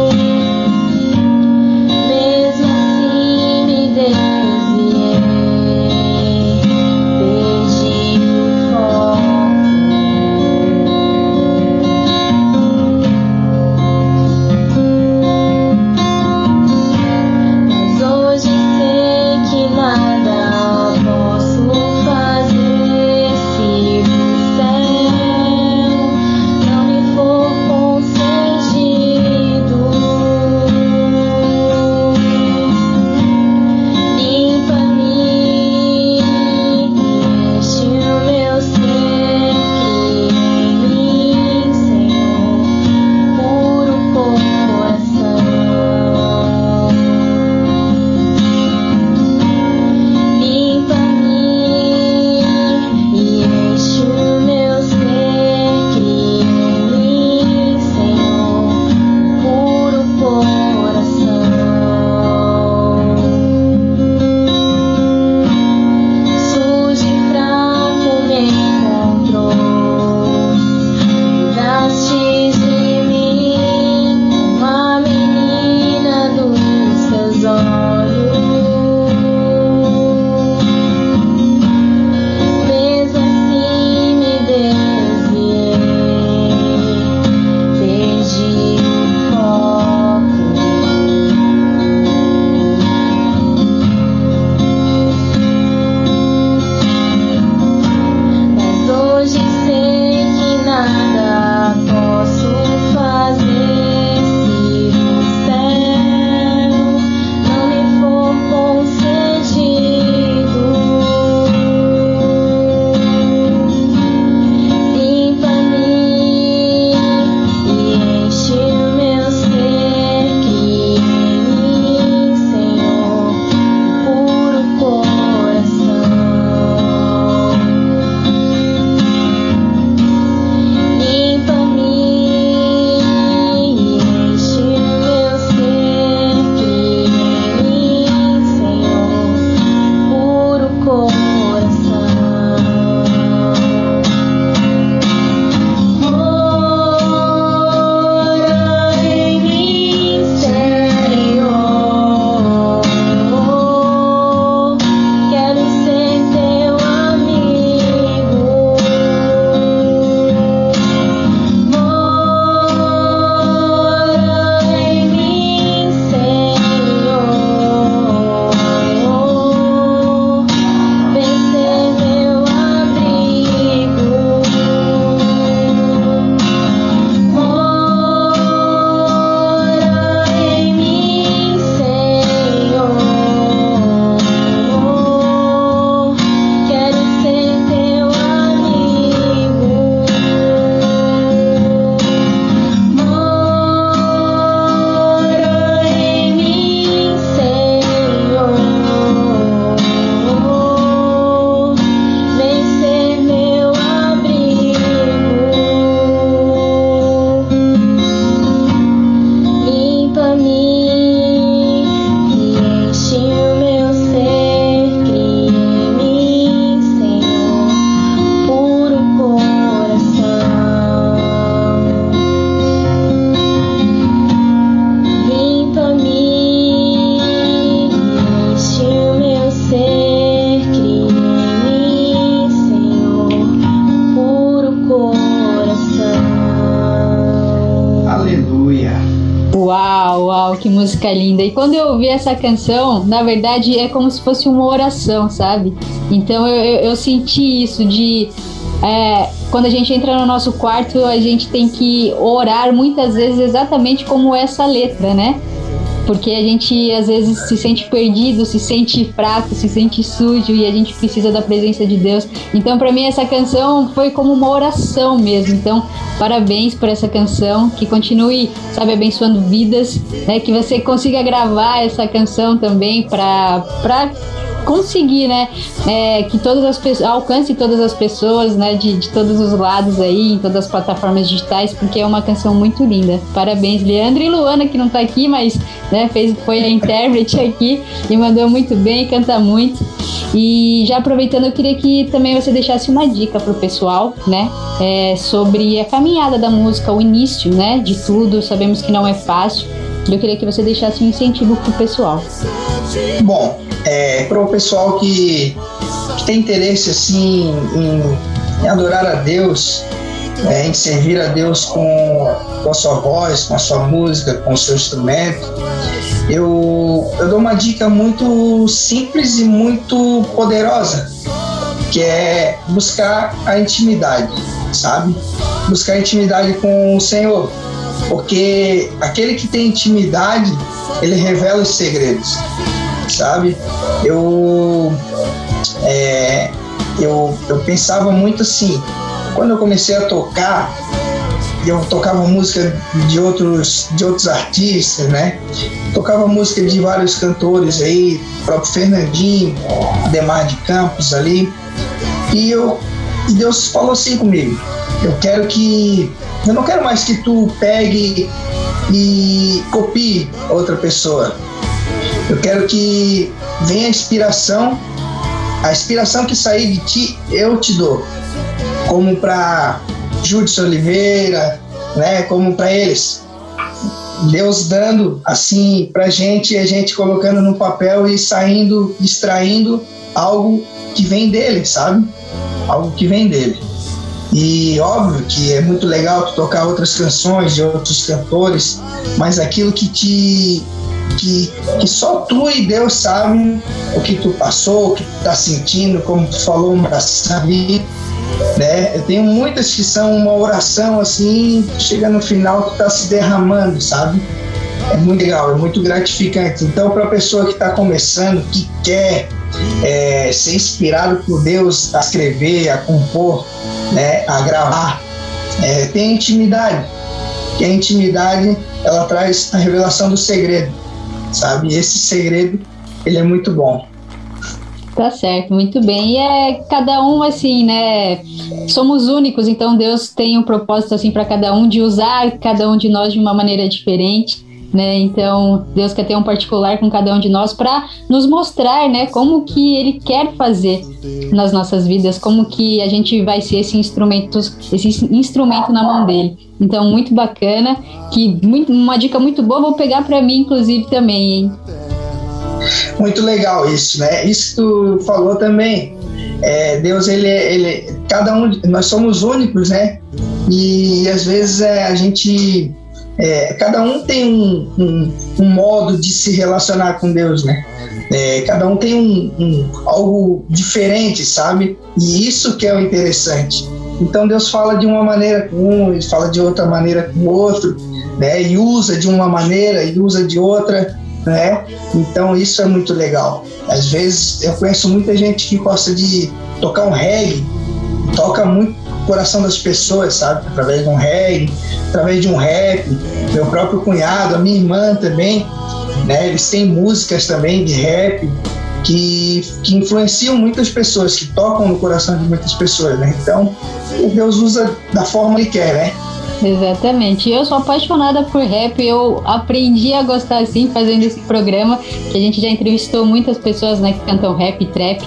Uau, que música linda. E quando eu ouvi essa canção, na verdade é como se fosse uma oração, sabe? Então eu senti isso de... quando a gente entra no nosso quarto, a gente tem que orar muitas vezes exatamente como essa letra, né? Porque a gente às vezes se sente perdido, se sente fraco, se sente sujo e a gente precisa da presença de Deus. Então, para mim, essa canção foi como uma oração mesmo. Então, parabéns por essa canção, que continue, sabe, abençoando vidas, né? Que você consiga gravar essa canção também para conseguir, né, que todas as pessoas, alcance todas as pessoas, né, de todos os lados aí, em todas as plataformas digitais, porque é uma canção muito linda. Parabéns, Leandro e Luana, que não tá aqui, mas, né, foi a intérprete aqui e mandou muito bem, canta muito. E já aproveitando, eu queria que também você deixasse uma dica pro pessoal, né, sobre a caminhada da música, o início, né, de tudo. Sabemos que não é fácil. Eu queria que você deixasse um incentivo pro pessoal. Bom, para o pessoal que tem interesse assim em adorar a Deus, em servir a Deus com a sua voz, com a sua música, com o seu instrumento, eu dou uma dica muito simples e muito poderosa, que é buscar a intimidade, sabe? Buscar a intimidade com o Senhor, porque aquele que tem intimidade, ele revela os segredos, sabe? Eu pensava muito assim, quando eu comecei a tocar, eu tocava música de outros artistas, né? Tocava música de vários cantores aí, o próprio Fernandinho, Ademar de Campos ali, e Deus falou assim comigo: eu não quero mais que tu pegue e copie outra pessoa. Eu quero que venha a inspiração que sair de ti, eu te dou. Como para Júdice Oliveira, né? Como para eles. Deus dando assim pra gente, e a gente colocando no papel e extraindo algo que vem dele, sabe? Algo que vem dele. E óbvio que é muito legal tu tocar outras canções de outros cantores, mas aquilo que só tu e Deus sabem o que tu passou, o que tu tá sentindo, como tu falou, uma oração ali, né? Eu tenho muitas que são uma oração assim, chega no final tu tá se derramando, sabe? É muito legal, é muito gratificante. Então, para a pessoa que está começando, que quer ser inspirado por Deus a escrever, a compor, né, a gravar, tem intimidade. Que a intimidade, ela traz a revelação do segredo, sabe? E esse segredo, ele é muito bom. Tá certo, muito bem. E cada um assim, né? Somos únicos, então Deus tem um propósito assim para cada um, de usar cada um de nós de uma maneira diferente, né? Então Deus quer ter um particular com cada um de nós para nos mostrar, né, como que Ele quer fazer nas nossas vidas, como que a gente vai ser esse instrumento na mão dele. Então, muito bacana, uma dica muito boa, vou pegar para mim inclusive também, hein? Muito legal isso, né? Isso que tu falou também. Deus, cada um, nós somos únicos, né? E às vezes a gente, cada um tem um modo de se relacionar com Deus, né? Cada um tem algo diferente, sabe? E isso que é o interessante. Então Deus fala de uma maneira com um, e fala de outra maneira com o outro, né? E usa de uma maneira e usa de outra, né? Então isso é muito legal. Às vezes eu conheço muita gente que gosta de tocar um reggae, toca muito o coração das pessoas, sabe? Através de um reggae, através de um rap. Meu próprio cunhado, a minha irmã também, né? Eles têm músicas também de rap que influenciam muitas pessoas, que tocam no coração de muitas pessoas, né? Então Deus usa da forma que Ele quer, né? Exatamente. Eu sou apaixonada por rap, eu aprendi a gostar assim fazendo esse programa, que a gente já entrevistou muitas pessoas, né, que cantam rap e trap,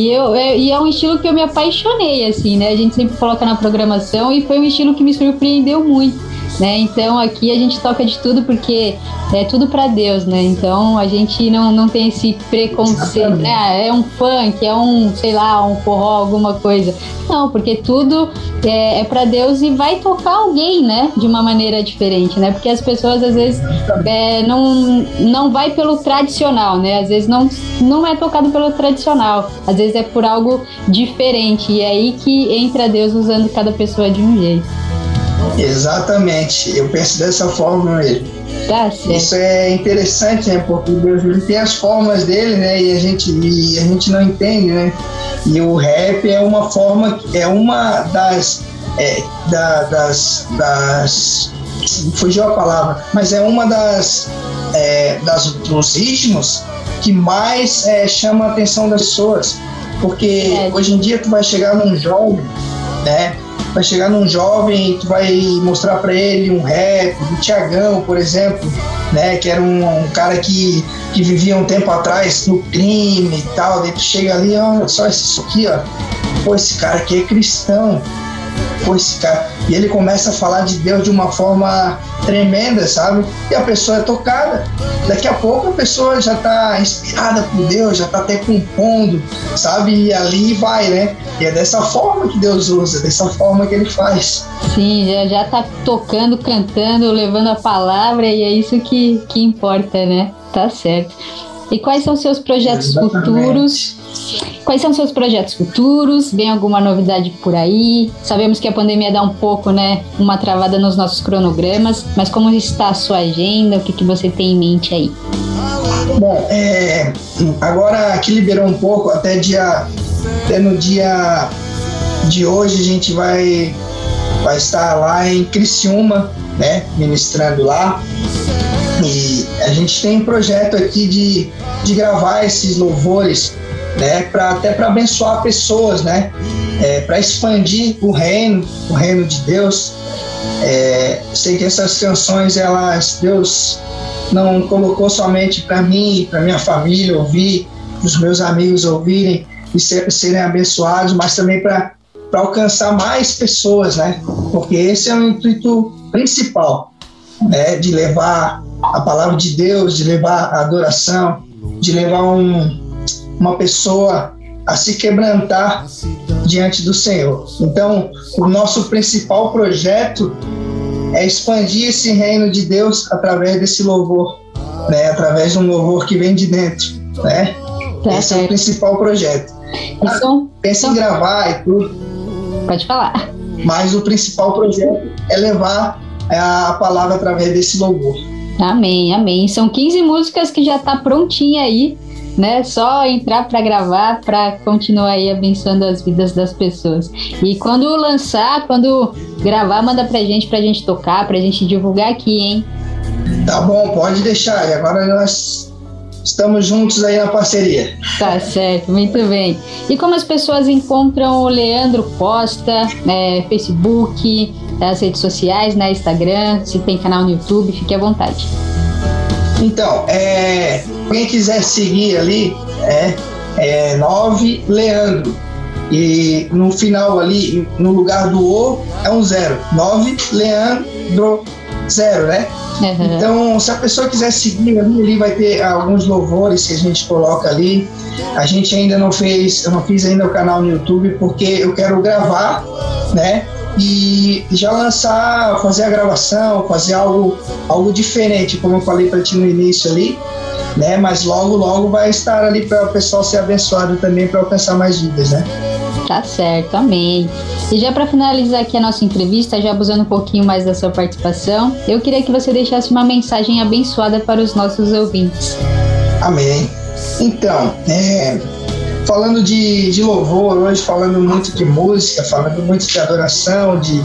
e é um estilo que eu me apaixonei, assim, né, a gente sempre coloca na programação e foi um estilo que me surpreendeu muito. né? Então aqui a gente toca de tudo porque é tudo pra Deus, né? Então a gente não tem esse preconceito, né? É um funk, é um, sei lá, um forró, alguma coisa. Não, porque tudo é pra Deus e vai tocar alguém, né? De uma maneira diferente, né? Porque as pessoas às vezes não vai pelo tradicional, né? Às vezes não é tocado pelo tradicional, às vezes é por algo diferente, e é aí que entra Deus usando cada pessoa de um jeito. Exatamente, eu penso dessa forma mesmo. Tá certo. Isso é interessante, né? Porque Deus ele tem as formas dele, né? E a gente não entende, né? E o rap é uma forma, é uma das fugiu a palavra, mas é uma dos ritmos que mais chama a atenção das pessoas, porque hoje em dia tu vai chegar num jovem, né? Vai chegar num jovem e tu vai mostrar para ele um rap do Thiagão, por exemplo, né? Que era um cara que vivia um tempo atrás no crime e tal, daí tu chega ali, olha só isso aqui, ó, pô, esse cara aqui é cristão. E ele começa a falar de Deus de uma forma tremenda, sabe? E a pessoa é tocada. Daqui a pouco a pessoa já está inspirada por Deus, já está até compondo, sabe? E ali vai, né? E é dessa forma que Deus usa, dessa forma que Ele faz. Sim, já está tocando, cantando, levando a palavra, e é isso que importa, né? Tá certo. E quais são os seus projetos futuros? Quais são seus projetos futuros? Vem alguma novidade por aí? Sabemos que a pandemia dá um pouco, né, uma travada nos nossos cronogramas, mas como está a sua agenda? O que você tem em mente aí? Bom, agora que liberou um pouco, até no dia de hoje a gente vai estar lá em Criciúma, né, ministrando lá. E a gente tem um projeto aqui de gravar esses louvores, né, até para abençoar pessoas, né, para expandir o reino de Deus. Sei que essas canções, Deus não colocou somente para mim, para minha família ouvir, para os meus amigos ouvirem e serem abençoados, mas também para alcançar mais pessoas, né, porque esse é o intuito principal, né, de levar a palavra de Deus, de levar a adoração, de levar uma pessoa a se quebrantar diante do Senhor. Então, o nosso principal projeto é expandir esse reino de Deus através desse louvor, né? Através de um louvor que vem de dentro, né? Esse é o principal projeto. Pensa em gravar e tudo. Pode falar. Mas o principal projeto é levar a palavra através desse louvor. Amém, amém. São 15 músicas que já tá prontinha aí, né? Só entrar para gravar, para continuar aí abençoando as vidas das pessoas. E quando lançar, quando gravar, manda pra gente tocar, pra gente divulgar aqui, hein? Tá bom, pode deixar. E agora nós estamos juntos aí na parceria. Tá certo, muito bem. E como as pessoas encontram o Leandro Costa, Facebook, as redes sociais, né, Instagram, se tem canal no YouTube, fique à vontade. Então, quem quiser seguir ali, 9 Leandro. E no final ali, no lugar do O, é um 0. 9 Leandro 0, né? Uhum. Então, se a pessoa quiser seguir ali vai ter alguns louvores que a gente coloca ali. A gente ainda eu não fiz ainda o canal no YouTube, porque eu quero gravar, né? E já fazer a gravação, fazer algo diferente, como eu falei para ti no início ali, né? Mas logo vai estar ali para o pessoal ser abençoado também, para alcançar mais vidas, né? Tá certo, amém. E já para finalizar aqui a nossa entrevista, já abusando um pouquinho mais da sua participação, eu queria que você deixasse uma mensagem abençoada para os nossos ouvintes. Amém. Então, falando de louvor hoje, falando muito de música, falando muito de adoração, de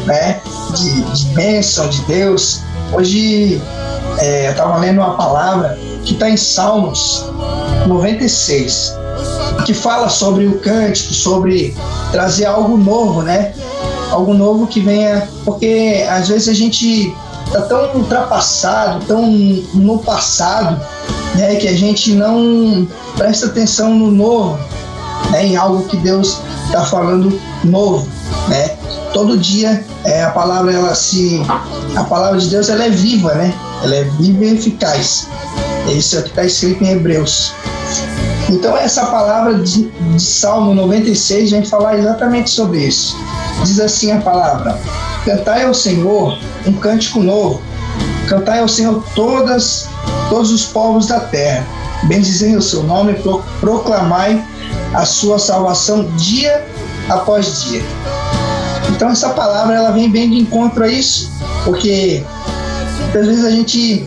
bênção de Deus. Hoje eu estava lendo uma palavra que está em Salmos 96, que fala sobre o cântico, sobre trazer algo novo, né? Algo novo que venha, porque às vezes a gente está tão ultrapassado, tão no passado, né, que a gente não presta atenção no novo, né, em algo que Deus está falando novo. né? Todo dia a palavra de Deus ela é viva, né? Ela é viva e eficaz. Isso é o que está escrito em Hebreus. Então essa palavra de Salmo 96 vem falar exatamente sobre isso. Diz assim a palavra: cantai ao Senhor um cântico novo, cantai ao Senhor todos os povos da terra, bendizei o seu nome, proclamai a sua salvação dia após dia. Então essa palavra ela vem bem de encontro a isso, porque às vezes a gente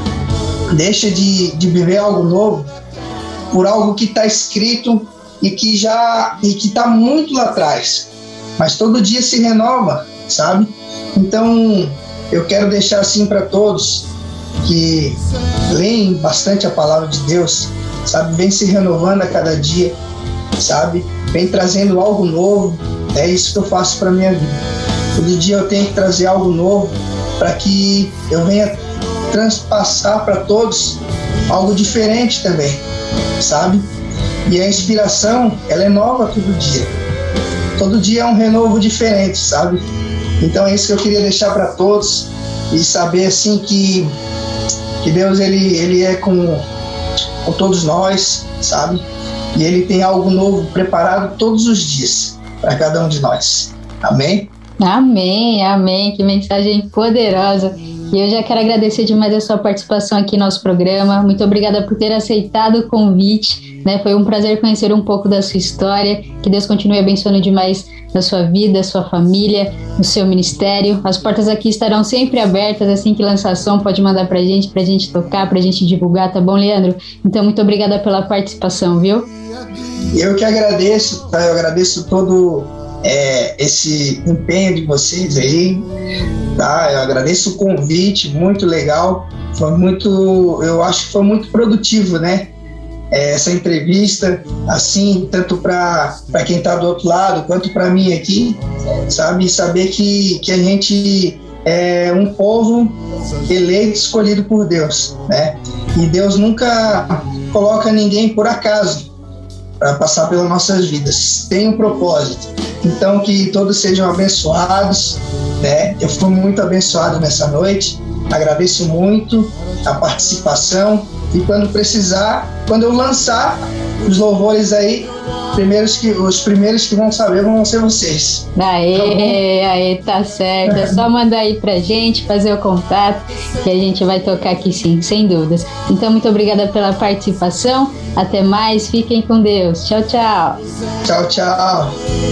deixa de viver algo novo por algo que está escrito e que está muito lá atrás, mas todo dia se renova, sabe? Então eu quero deixar assim para todos que leem bastante a palavra de Deus, sabe? Vem se renovando a cada dia, sabe? Vem trazendo algo novo. É isso que eu faço para minha vida. Todo dia eu tenho que trazer algo novo para que eu venha transpassar para todos algo diferente também, sabe? E a inspiração, ela é nova todo dia. Todo dia é um renovo diferente, sabe? Então é isso que eu queria deixar para todos e saber assim que Deus ele é com todos nós, sabe? E ele tem algo novo preparado todos os dias para cada um de nós. Amém? Amém, amém. Que mensagem poderosa. E eu já quero agradecer demais a sua participação aqui no nosso programa. Muito obrigada por ter aceitado o convite, né? Foi um prazer conhecer um pouco da sua história. Que Deus continue abençoando demais na sua vida, sua família, no seu ministério. As portas aqui estarão sempre abertas. Assim que lançar som, pode mandar pra gente tocar, pra gente divulgar, tá bom, Leandro? Então, muito obrigada pela participação, viu? Eu que agradeço, tá? Eu agradeço todo esse empenho de vocês aí, tá? Eu agradeço o convite, muito legal. Eu acho que foi muito produtivo, né? Essa entrevista, assim, tanto para quem está do outro lado, quanto para mim aqui, sabe? Saber que a gente é um povo eleito, escolhido por Deus, né? E Deus nunca coloca ninguém por acaso para passar pelas nossas vidas. Tem um propósito. Então, que todos sejam abençoados, né? Eu fui muito abençoado nessa noite. Agradeço muito a participação. E quando precisar, quando eu lançar os louvores aí, os primeiros que vão saber vão ser vocês. Aê, tá certo. É só mandar aí pra gente, fazer o contato, que a gente vai tocar aqui sim, sem dúvidas. Então, muito obrigada pela participação. Até mais, fiquem com Deus. Tchau, tchau. Tchau, tchau.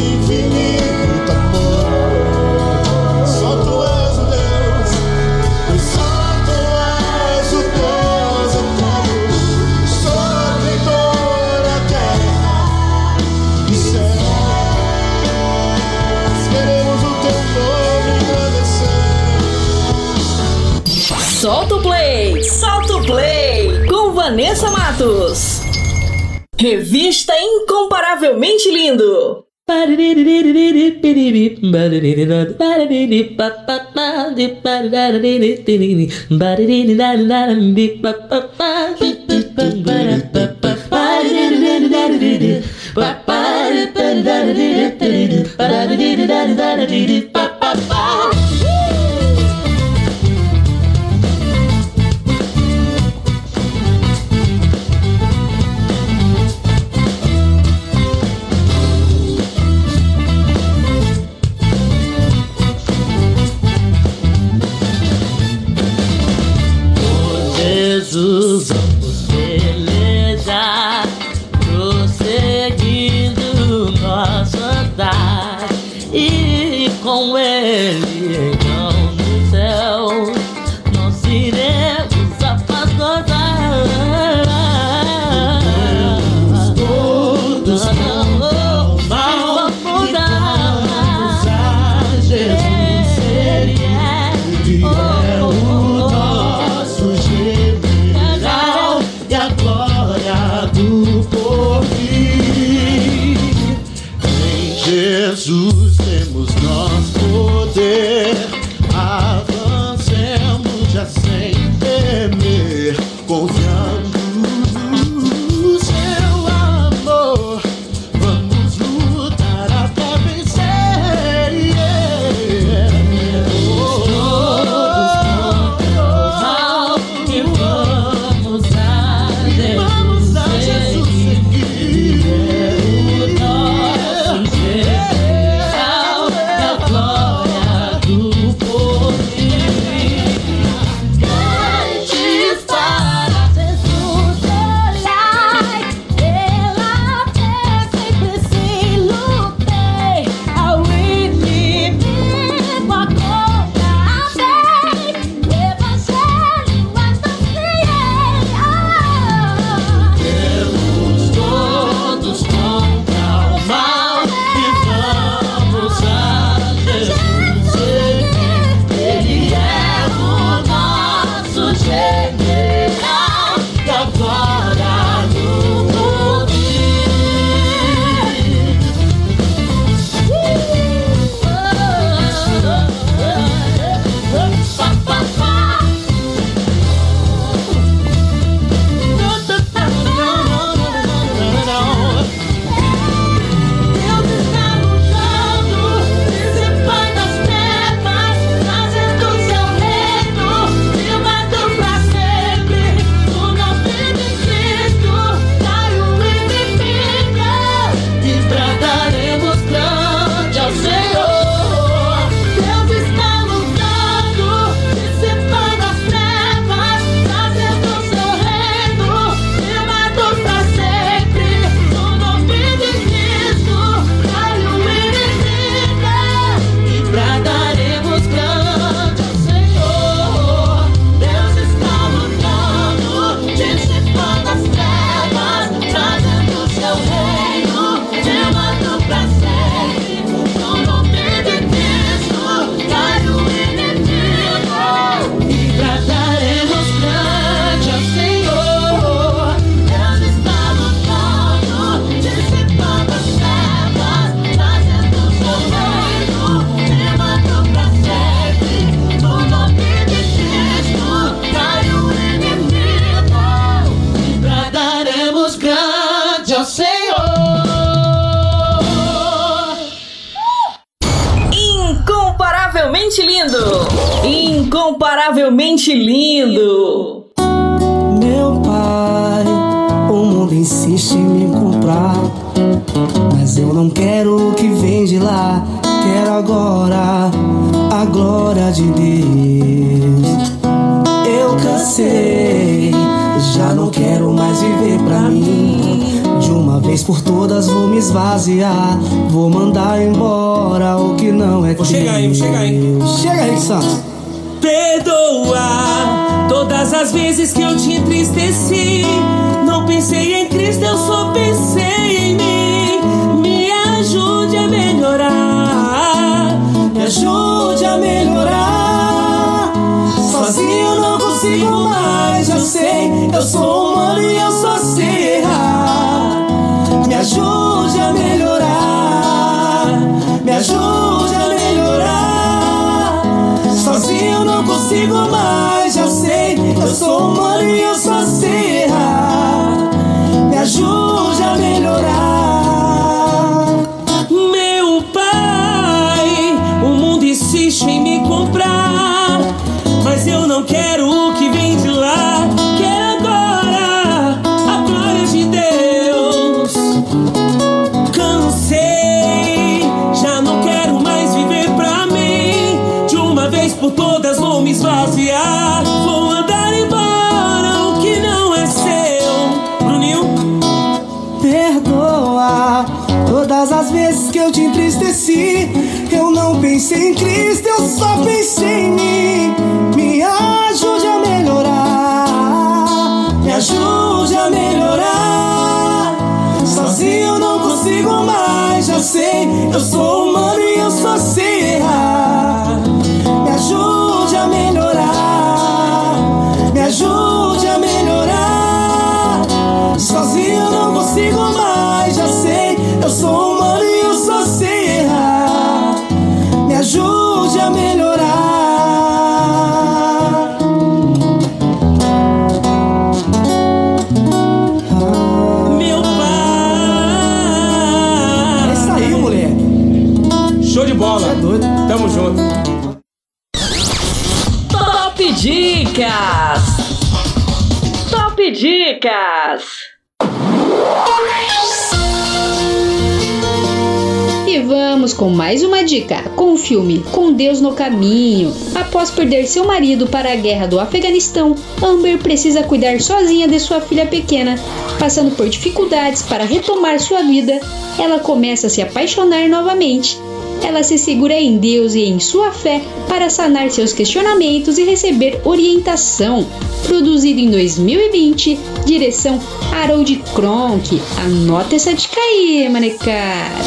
Solta o play, com Vanessa Matos. Revista Incomparavelmente Lindo. Jesus, vamos pelejar, prosseguindo nosso andar, e com ele Incomparavelmente lindo. Meu pai, o mundo insiste em me comprar, mas eu não quero o que vem de lá. Quero agora a glória de Deus. Eu cansei, já não quero mais viver pra mim. De uma vez por todas vou me esvaziar. Vou mandar embora o que não é teu. Chega aí. Chega aí, Santos. Perdoa todas as vezes que eu te entristeci. Não pensei em Cristo, eu só pensei em mim. Me ajude a melhorar. Me ajude a melhorar. Sozinho eu não consigo mais, já sei. Eu sou humano e eu só sei errar. Me ajude a melhorar. Me ajude a melhorar. Sozinho eu não consigo mais, já sei. Eu sou humano e eu só sei errar. Me ajude a melhorar. Meu pai, o mundo insiste em me comprar, mas eu não quero o que vem de lá. Quero agora a glória de Deus. Cansei, já não quero mais viver pra mim. De uma vez por todas vou me esvaziar. Vou andar embora o que não é seu. Bruninho, perdoa todas as vezes que eu te entristeci. Eu não pensei em Cristo, eu só pensei em mim. Me ajude a melhorar. Me ajude a melhorar. Sozinho eu não consigo mais, já sei. Eu sou humano e eu só sei errar. Me ajude a melhorar. Me ajude a melhorar. Sozinho eu não consigo mais, já sei. Eu sou humano e eu só sei errar. Me ajude a melhorar. Meu pai. É isso aí, moleque. Show de bola. É doido. Tamo junto. Top Dicas. Top Dicas. E vamos com mais uma dica, com o filme Com Deus no Caminho. Após perder seu marido para a guerra do Afeganistão, Amber precisa cuidar sozinha de sua filha pequena. Passando por dificuldades para retomar sua vida, ela começa a se apaixonar novamente. Ela se segura em Deus e em sua fé para sanar seus questionamentos e receber orientação. Produzido em 2020, direção Harold Kronk. Anota essa dica aí, manecada.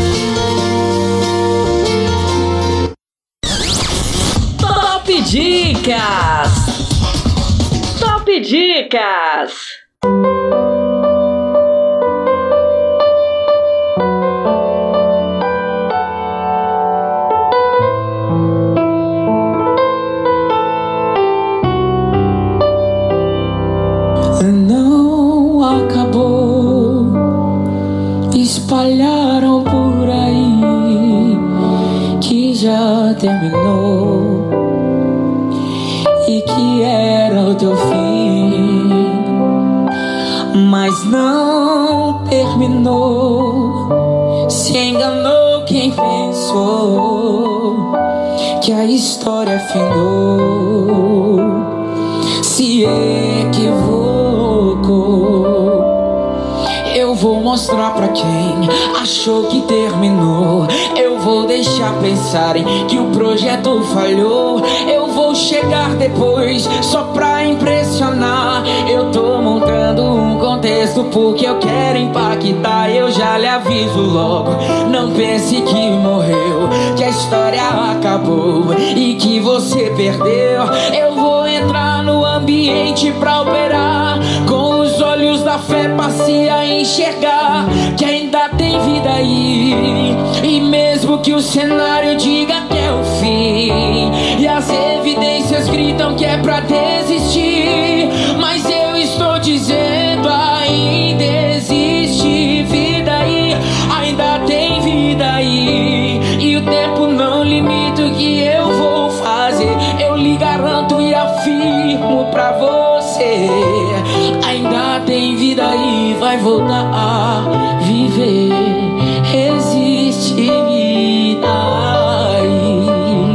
Top Dicas. Top Dicas. Não acabou, espalharam por aí que já terminou e que era o teu fim, mas não terminou. Se enganou quem pensou que a história findou, se equivocou. Eu vou mostrar pra quem achou que terminou. Eu vou deixar pensarem que o projeto falhou. Eu vou chegar depois só pra impressionar. Eu tô montando um contexto porque eu quero impactar. Eu já lhe aviso logo, não pense que morreu, que a história acabou e que você perdeu. Eu vou entrar no ambiente pra operar, com os olhos da fé passe a enxergar que ainda tem vida aí. E mesmo que o cenário diga que é o fim e as evidências gritam que é pra desistir, mas eu estou dizendo ainda existe vida aí, ainda tem vida aí. E o tempo não limita o que eu vou fazer. vai voltar a viver. Existe vida aí.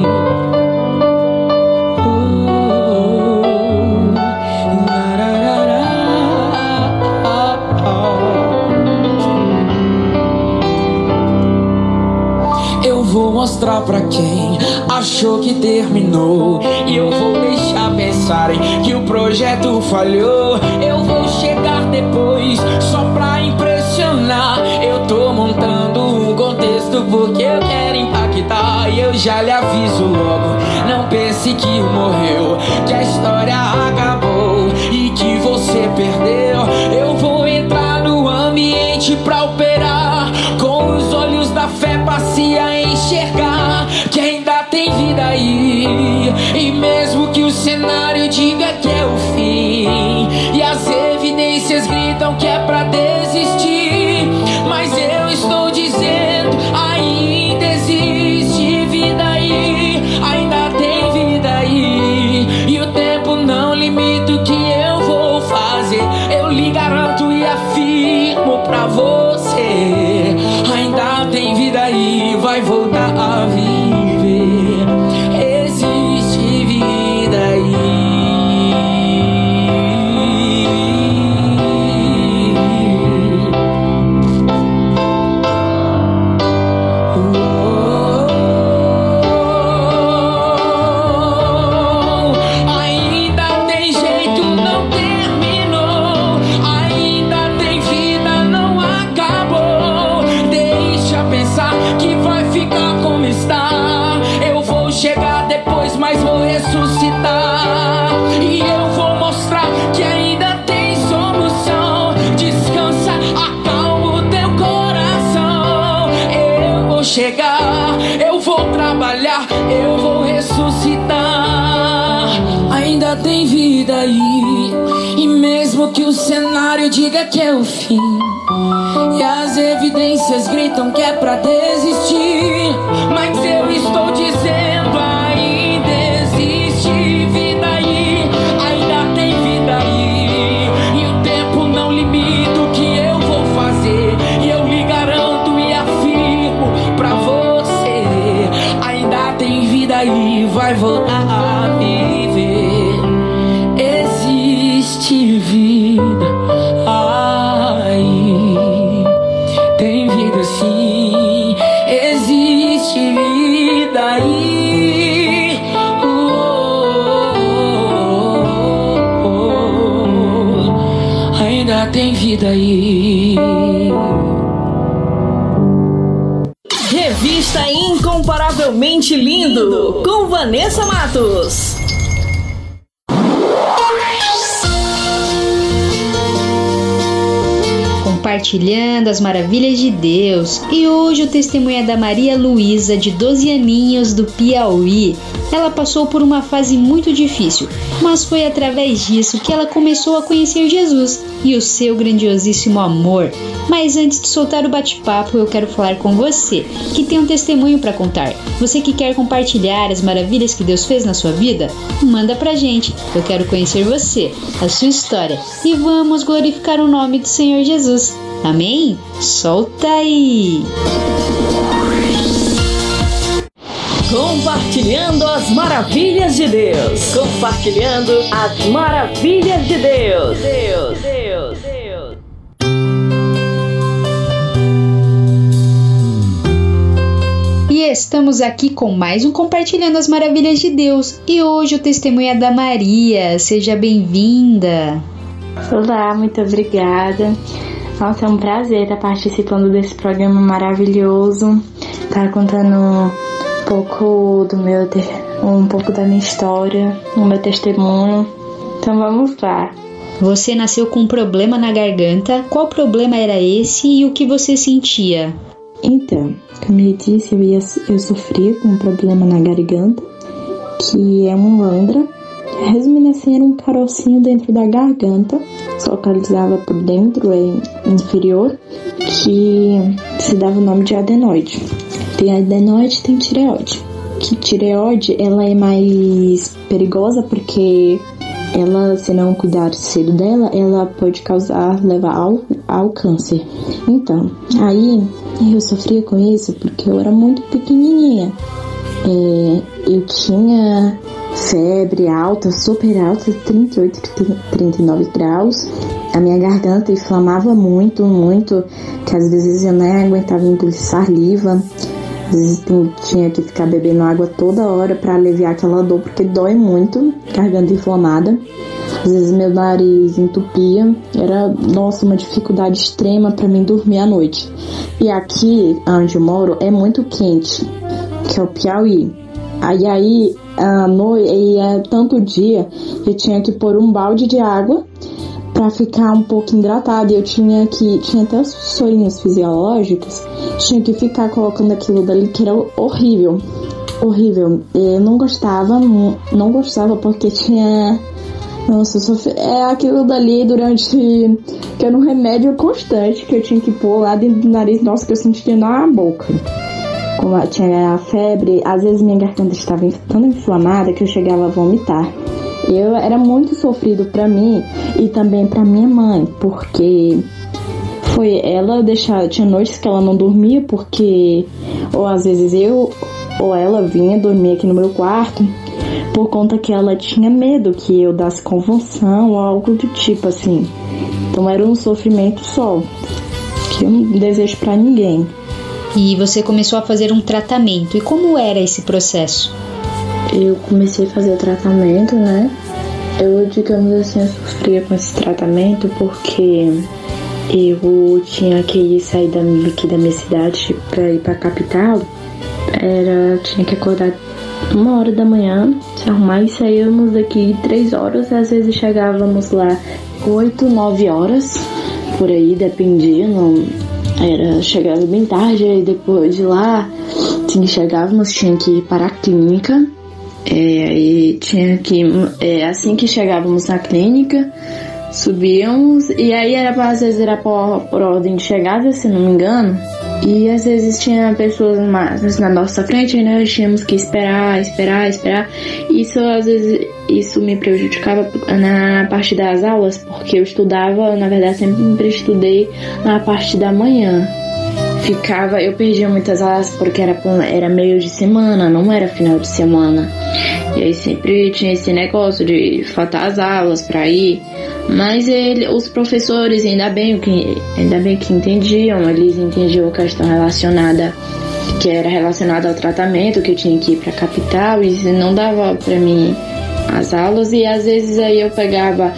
Eu vou mostrar pra quem achou que terminou, e eu vou deixar pensarem que o projeto falhou. Eu vou chegar depois só pra impressionar. Eu tô montando um contexto porque eu quero impactar. E eu já lhe aviso logo, não pense que morreu, que a história acabou e que você perdeu. Eu vou entrar no ambiente pra operar, com os olhos da fé passe a enxergar que ainda tem vida aí. E mesmo que o cenário diga que é o fim, e as evidências gritam que é pra desistir, mas eu estou dizendo, ainda existe vida aí. Ainda tem vida aí. E o tempo não limita o que eu vou fazer. Eu lhe garanto e afirmo pra você, ainda tem vida aí, vai voltar a viver. Existe vida aí. Ainda tem jeito, não terminou. Ainda tem vida, não acabou. Deixa pensar que vai ficar como está. Eu vou chegar depois, mas vou ressuscitar. E eu vou mostrar que ainda tem solução. Descansa, acalma o teu coração. Eu vou chegar, eu vou trabalhar, eu vou ressuscitar. Ainda tem vida aí. E mesmo que o cenário diga que é o fim, e as evidências gritam que é pra desistir, mas eu estou dizendo, ainda existe vida aí. Ainda tem vida aí. E o tempo não limita o que eu vou fazer. E eu lhe garanto e afirmo pra você, ainda tem vida aí, vai voltar a viver. Existe vida aí. Tem vida sim. Existe vida aí. Ainda tem vida aí. Revista Incomparavelmente Lindo, com Vanessa Matos. Compartilhando as maravilhas de Deus. E hoje o testemunho é da Maria Luísa, de 12 aninhos, do Piauí. Ela passou por uma fase muito difícil, mas foi através disso que ela começou a conhecer Jesus e o seu grandiosíssimo amor. Mas antes de soltar o bate-papo, eu quero falar com você, que tem um testemunho para contar. Você que quer compartilhar as maravilhas que Deus fez na sua vida, manda pra gente. Eu quero conhecer você, a sua história, e vamos glorificar o nome do Senhor Jesus. Amém? Solta aí! Compartilhando as maravilhas de Deus. Compartilhando as maravilhas de Deus. Deus. E estamos aqui com mais um Compartilhando as Maravilhas de Deus. E hoje o testemunho é da Maria. Seja bem-vinda. Olá, muito obrigada. Nossa, é um prazer estar participando desse programa maravilhoso. Estar contando um pouco da minha história, o meu testemunho. Então vamos lá. Você nasceu com um problema na garganta. Qual problema era esse e o que você sentia? Então, como eu disse, eu sofri com um problema na garganta, que é uma lãndra. Resumindo assim, era um carocinho dentro da garganta, se localizava por dentro, inferior, que se dava o nome de adenoide. Tem adenoide e tem tireoide. Que tireoide, ela é mais perigosa porque ela, se não cuidar cedo dela, ela pode levar ao câncer. Então, aí eu sofria com isso porque eu era muito pequenininha. Eu tinha febre alta, super alta, 38, 39 graus. A minha garganta inflamava muito, que às vezes eu nem aguentava engolir saliva. Às vezes tinha que ficar bebendo água toda hora para aliviar aquela dor, porque dói muito, garganta inflamada. Às vezes meu nariz entupia. Era, nossa, uma dificuldade extrema para mim dormir à noite. E aqui, onde eu moro, é muito quente, que é o Piauí. Aí à noite, tanto dia, eu tinha que pôr um balde de água para ficar um pouco hidratada. Eu tinha até os sorinhos fisiológicos, tinha que ficar colocando aquilo dali, que era horrível. Eu não gostava porque tinha... Nossa, aquilo dali durante... que era um remédio constante que eu tinha que pôr lá dentro do nariz. Nossa, que eu sentia na boca. Como eu tinha a febre, às vezes minha garganta estava tão inflamada que eu chegava a vomitar. Era muito sofrido pra mim e também pra minha mãe, porque foi ela tinha noites que ela não dormia, porque ou às vezes eu ou ela vinha dormir aqui no meu quarto, por conta que ela tinha medo que eu desse convulsão ou algo do tipo assim. Então era um sofrimento só, que eu não desejo pra ninguém. E você começou a fazer um tratamento. E como era esse processo? Eu comecei a fazer o tratamento, né? Eu, digamos assim, eu sofria com esse tratamento porque eu tinha que sair aqui da minha cidade para ir para a capital. Tinha que acordar 1h da manhã, se arrumar e saíamos daqui 3 horas. Às vezes chegávamos lá 8, 9 horas, por aí, dependia, chegava bem tarde, e depois de lá, chegávamos, tinha que ir para a clínica. E tinha que, assim que chegávamos na clínica, subíamos, e aí às vezes era por ordem de chegada, se não me engano, e às vezes tinha pessoas mais na nossa frente, e nós tínhamos que esperar. Isso às vezes me prejudicava na parte das aulas, porque eu estudava, na verdade sempre estudei na parte da manhã. Eu perdia muitas aulas porque era meio de semana, não era final de semana. E aí sempre tinha esse negócio de faltar as aulas pra ir. Mas os professores, ainda bem que entendiam, eles entendiam a questão que era relacionada ao tratamento, que eu tinha que ir pra capital, e não dava pra mim as aulas. E às vezes aí eu pegava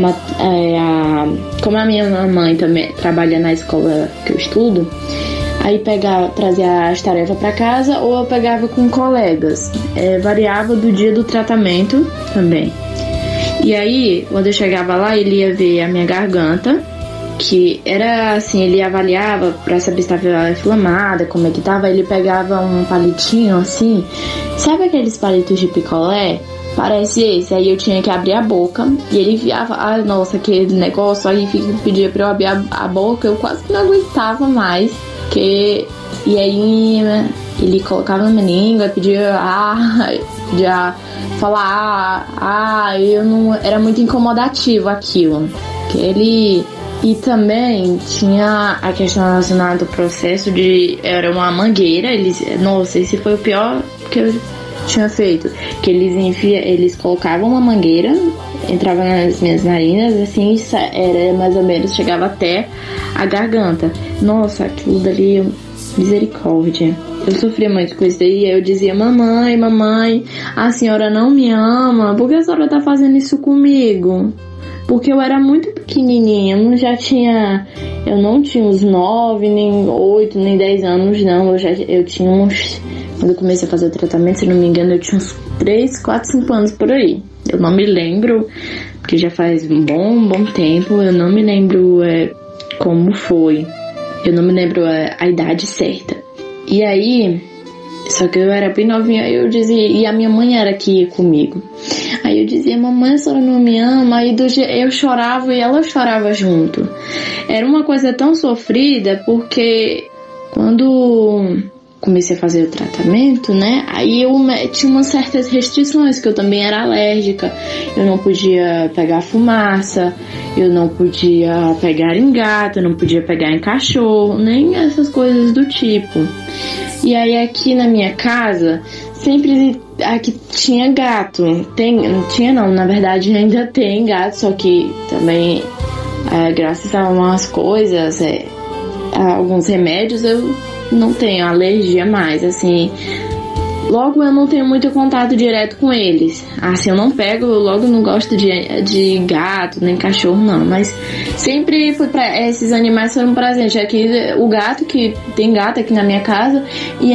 como a minha mãe também trabalha na escola que eu estudo, aí trazia as tarefas para casa, ou eu pegava com colegas. Variava do dia do tratamento também. E aí, quando eu chegava lá, ele ia ver a minha garganta, que era assim, ele avaliava para saber se estava inflamada, como é que tava. Ele pegava um palitinho assim, sabe aqueles palitos de picolé? Parece esse. Aí eu tinha que abrir a boca e ele enfiava, nossa, aquele negócio, aí pedia pra eu abrir a boca, eu quase que não aguentava mais. E aí ele colocava na minha língua, pedia falar, eu não, era muito incomodativo aquilo. E também tinha a questão relacionada ao processo era uma mangueira. Nossa, esse foi o pior que eu tinha feito, que eles colocavam uma mangueira, entrava nas minhas narinas, assim, era mais ou menos, chegava até a garganta. Nossa, aquilo dali, misericórdia. Eu sofria muito com isso daí. Eu dizia, mamãe, a senhora não me ama, por que a senhora tá fazendo isso comigo? Porque eu era muito pequenininha, eu não tinha uns 9, nem 8, nem 10 anos, não. Eu tinha uns... Quando eu comecei a fazer o tratamento, se não me engano, eu tinha uns 3, 4, 5 anos por aí. Eu não me lembro, porque já faz um bom tempo, eu não me lembro como foi. Eu não me lembro a idade certa. E aí, só que eu era bem novinha, eu dizia, e a minha mãe era que ia comigo. Aí eu dizia, mamãe, a senhora não me ama? Aí eu chorava e ela chorava junto. Era uma coisa tão sofrida, porque quando comecei a fazer o tratamento, né? Aí eu tinha umas certas restrições, que eu também era alérgica. Eu não podia pegar fumaça, eu não podia pegar em gato, eu não podia pegar em cachorro, nem essas coisas do tipo. E aí aqui na minha casa, sempre aqui tinha gato. Na verdade ainda tem gato, só que também, graças a umas coisas, a alguns remédios, eu não tenho alergia mais, assim. Logo eu não tenho muito contato direto com eles. Assim, eu não pego, eu logo não gosto de gato, nem cachorro, não. Mas sempre esses animais foram presentes. Aqui o gato, que tem gato aqui na minha casa,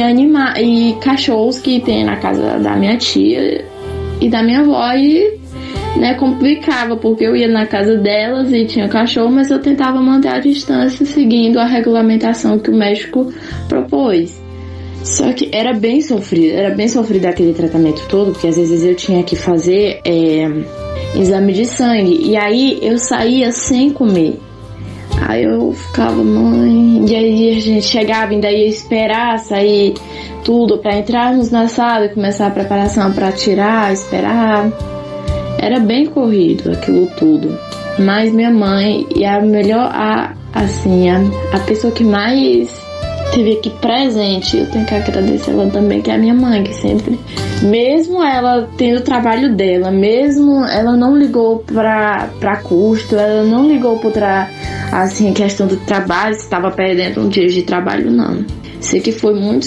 e cachorros que tem na casa da minha tia e da minha avó. E, né, complicava, porque eu ia na casa delas e tinha cachorro, mas eu tentava manter a distância seguindo a regulamentação que o médico propôs. Só que era bem sofrido aquele tratamento todo, porque às vezes eu tinha que fazer exame de sangue, e aí eu saía sem comer. Aí eu ficava, mãe, e aí a gente chegava, ainda ia esperar sair tudo para entrarmos na sala e começar a preparação para tirar, esperar. Era bem corrido aquilo tudo. Mas minha mãe, e a melhor, a pessoa que mais teve aqui presente, eu tenho que agradecer ela também, que é a minha mãe, que sempre, mesmo ela tendo o trabalho dela, mesmo ela não ligou pra custo, ela não ligou pra, assim, questão do trabalho, se estava perdendo um dia de trabalho, não. Sei que foi muito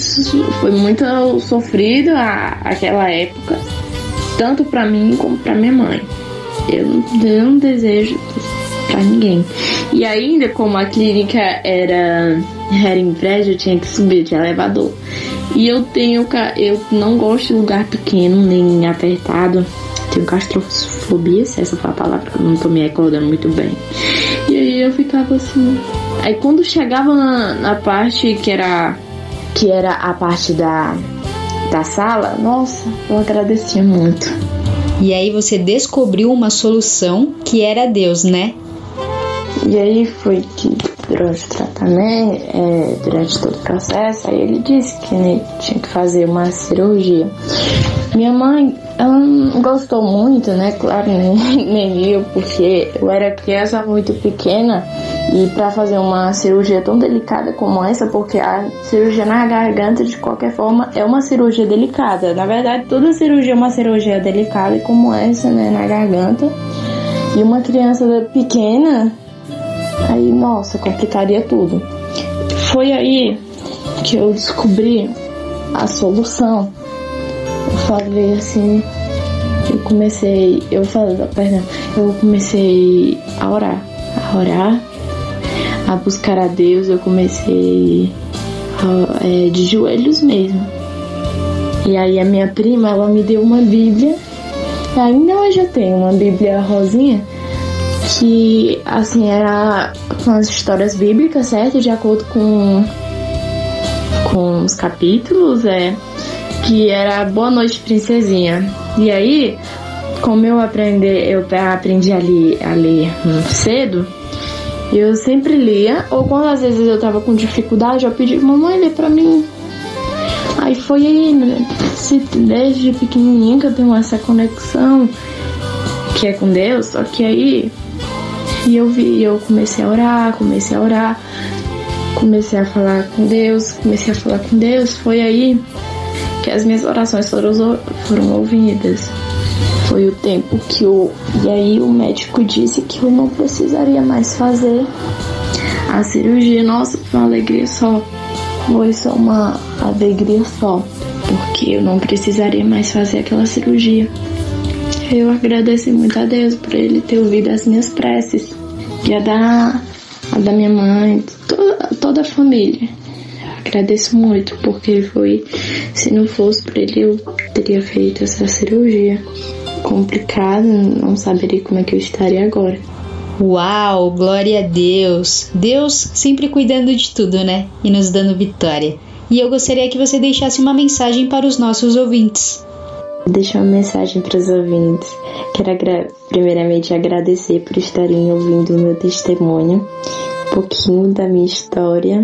sofrido aquela época, tanto pra mim como pra minha mãe. Eu não desejo pra ninguém. E ainda, como a clínica era em prédio, eu tinha que subir de elevador. E eu não gosto de lugar pequeno, nem apertado. Tenho claustrofobia, se essa foi a palavra, que eu não tô me recordando muito bem. E aí eu ficava assim. Aí quando chegava na parte que era a parte da sala, nossa, eu agradecia muito. E aí você descobriu uma solução que era Deus, né? E aí foi que durante o tratamento, durante todo o processo, aí ele disse que tinha que fazer uma cirurgia. Minha mãe, ela não gostou muito, né? Claro, nem eu, porque eu era criança muito pequena, e para fazer uma cirurgia tão delicada como essa, porque a cirurgia na garganta, de qualquer forma, é uma cirurgia delicada. Na verdade, toda cirurgia é uma cirurgia delicada, como essa, né? Na garganta. E uma criança pequena, aí, nossa, complicaria tudo. Foi aí que eu descobri a solução. Eu falei assim, eu comecei a orar, a buscar a Deus. Eu comecei de joelhos mesmo. E aí a minha prima, ela me deu uma Bíblia, e ainda hoje eu tenho uma Bíblia rosinha, que, assim, era com as histórias bíblicas, certo? De acordo com os capítulos, que era Boa Noite, Princesinha. E aí, como eu aprendi a ler cedo, eu sempre lia, ou quando às vezes eu tava com dificuldade, eu pedi, mamãe, lê pra mim. Aí foi aí, né? Desde pequenininha que eu tenho essa conexão, que é com Deus, só que aí eu comecei a orar, comecei a falar com Deus, foi aí que as minhas orações foram ouvidas. Foi o tempo e aí o médico disse que eu não precisaria mais fazer a cirurgia. Nossa, foi uma alegria só. Foi só uma alegria só, porque eu não precisaria mais fazer aquela cirurgia. Eu agradeci muito a Deus por Ele ter ouvido as minhas preces, e a da minha mãe, toda a família. Agradeço muito, porque se não fosse por Ele, eu teria feito essa cirurgia complicada, não saberia como é que eu estaria agora. Uau, glória a Deus! Deus sempre cuidando de tudo, né? E nos dando vitória. E eu gostaria que você deixasse uma mensagem para os nossos ouvintes. Vou deixar uma mensagem para os ouvintes. Quero primeiramente agradecer por estarem ouvindo o meu testemunho, um pouquinho da minha história.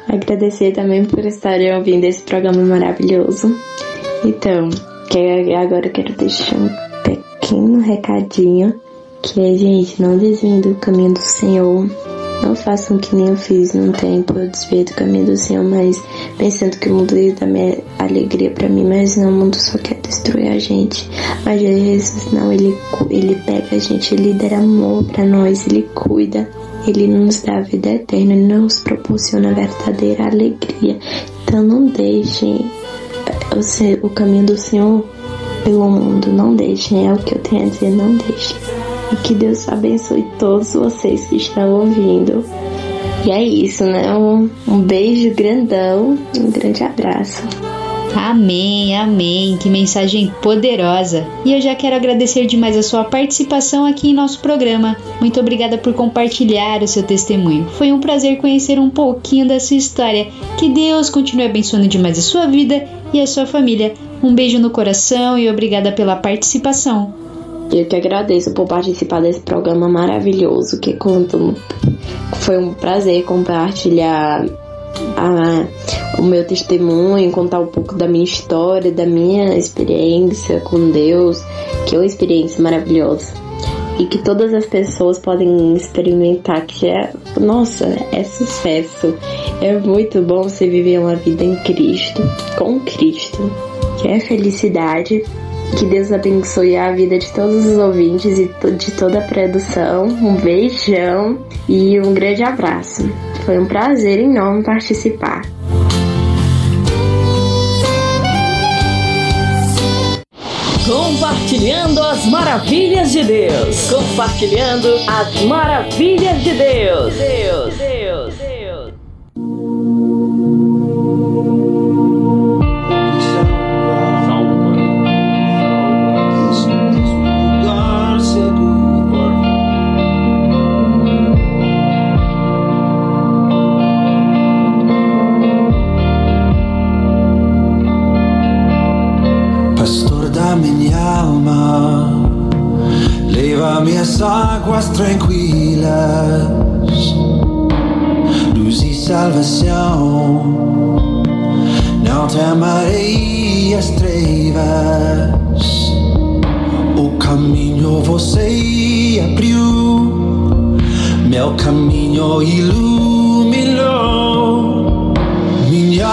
Agradecer também por estarem ouvindo esse programa maravilhoso. Então, agora eu quero deixar um pequeno recadinho, que é, gente, não desviem do caminho do Senhor. Não façam que nem eu fiz num tempo, eu desviei do caminho do Senhor, mas pensando que o mundo ia dar minha alegria pra mim, mas não, o mundo só quer destruir a gente. Mas Jesus não, ele pega a gente, ele dá amor pra nós, ele cuida, ele nos dá a vida eterna, ele nos proporciona a verdadeira alegria. Então não deixem o caminho do Senhor pelo mundo, não deixem, é o que eu tenho a dizer, não deixem. E que Deus abençoe todos vocês que estão ouvindo. E é isso, né? Um beijo grandão, um grande abraço. Amém, amém, que mensagem poderosa. E eu já quero agradecer demais a sua participação aqui em nosso programa. Muito obrigada por compartilhar o seu testemunho. Foi um prazer conhecer um pouquinho da sua história. Que Deus continue abençoando demais a sua vida e a sua família. Um beijo no coração e obrigada pela participação. Eu que agradeço por participar desse programa maravilhoso, que foi um prazer compartilhar o meu testemunho, contar um pouco da minha história, da minha experiência com Deus, que é uma experiência maravilhosa e que todas as pessoas podem experimentar, que é sucesso. É muito bom você viver uma vida em Cristo, com Cristo, que é felicidade. Que Deus abençoe a vida de todos os ouvintes e de toda a produção. Um beijão e um grande abraço. Foi um prazer enorme participar. Compartilhando as maravilhas de Deus. Compartilhando as maravilhas de Deus. Deus. Minhas águas tranquilas, luz e salvação. Não temerei as trevas, o caminho você abriu, meu caminho iluminou. Minha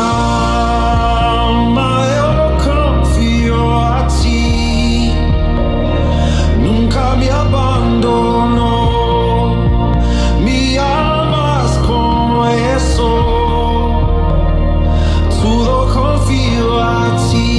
alma eu confio a ti, nunca me abandonou. Me amas como eu sou, tudo confio a ti.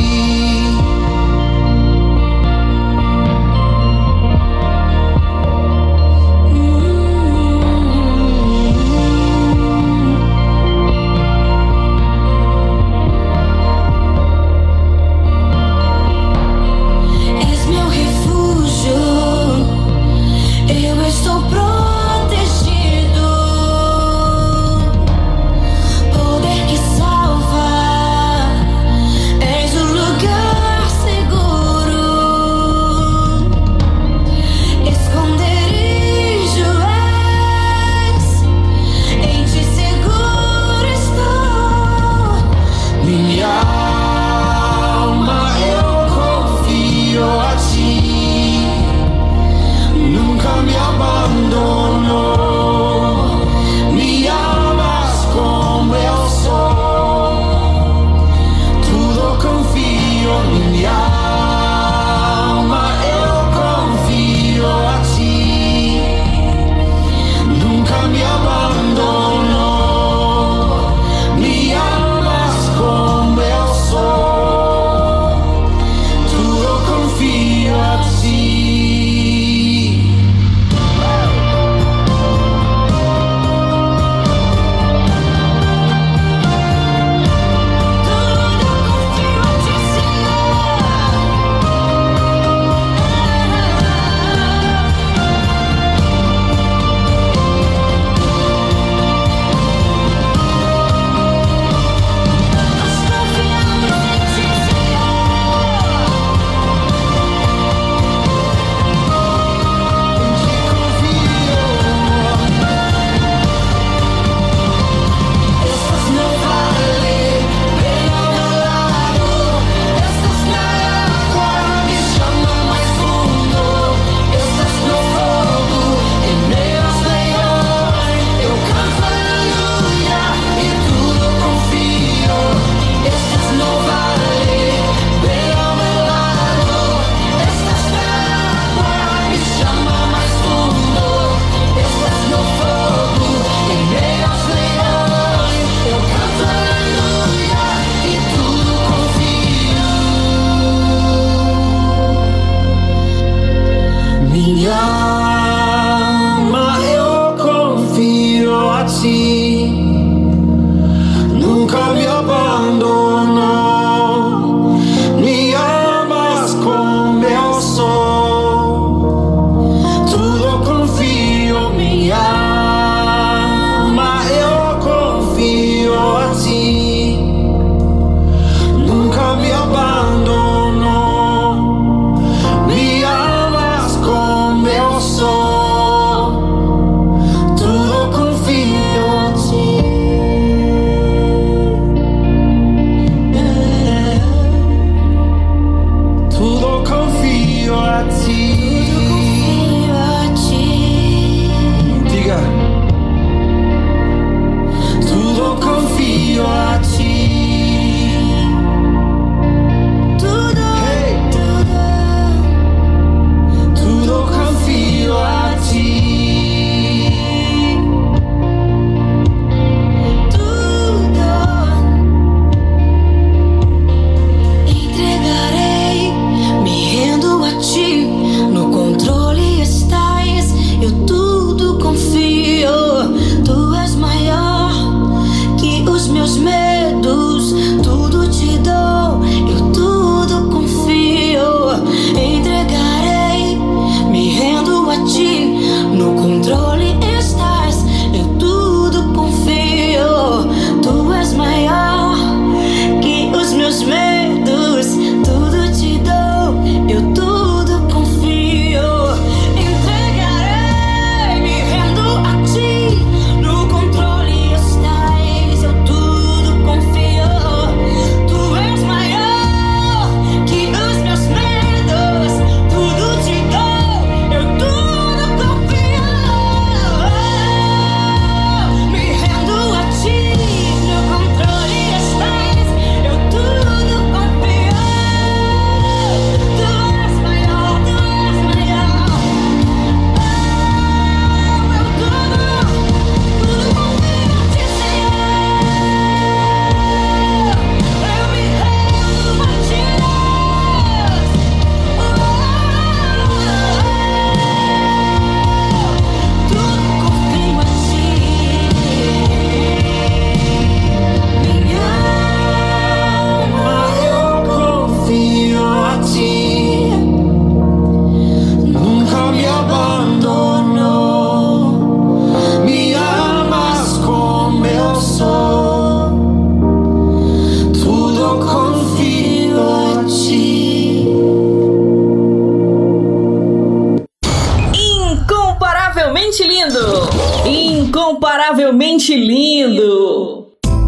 Incomparavelmente lindo.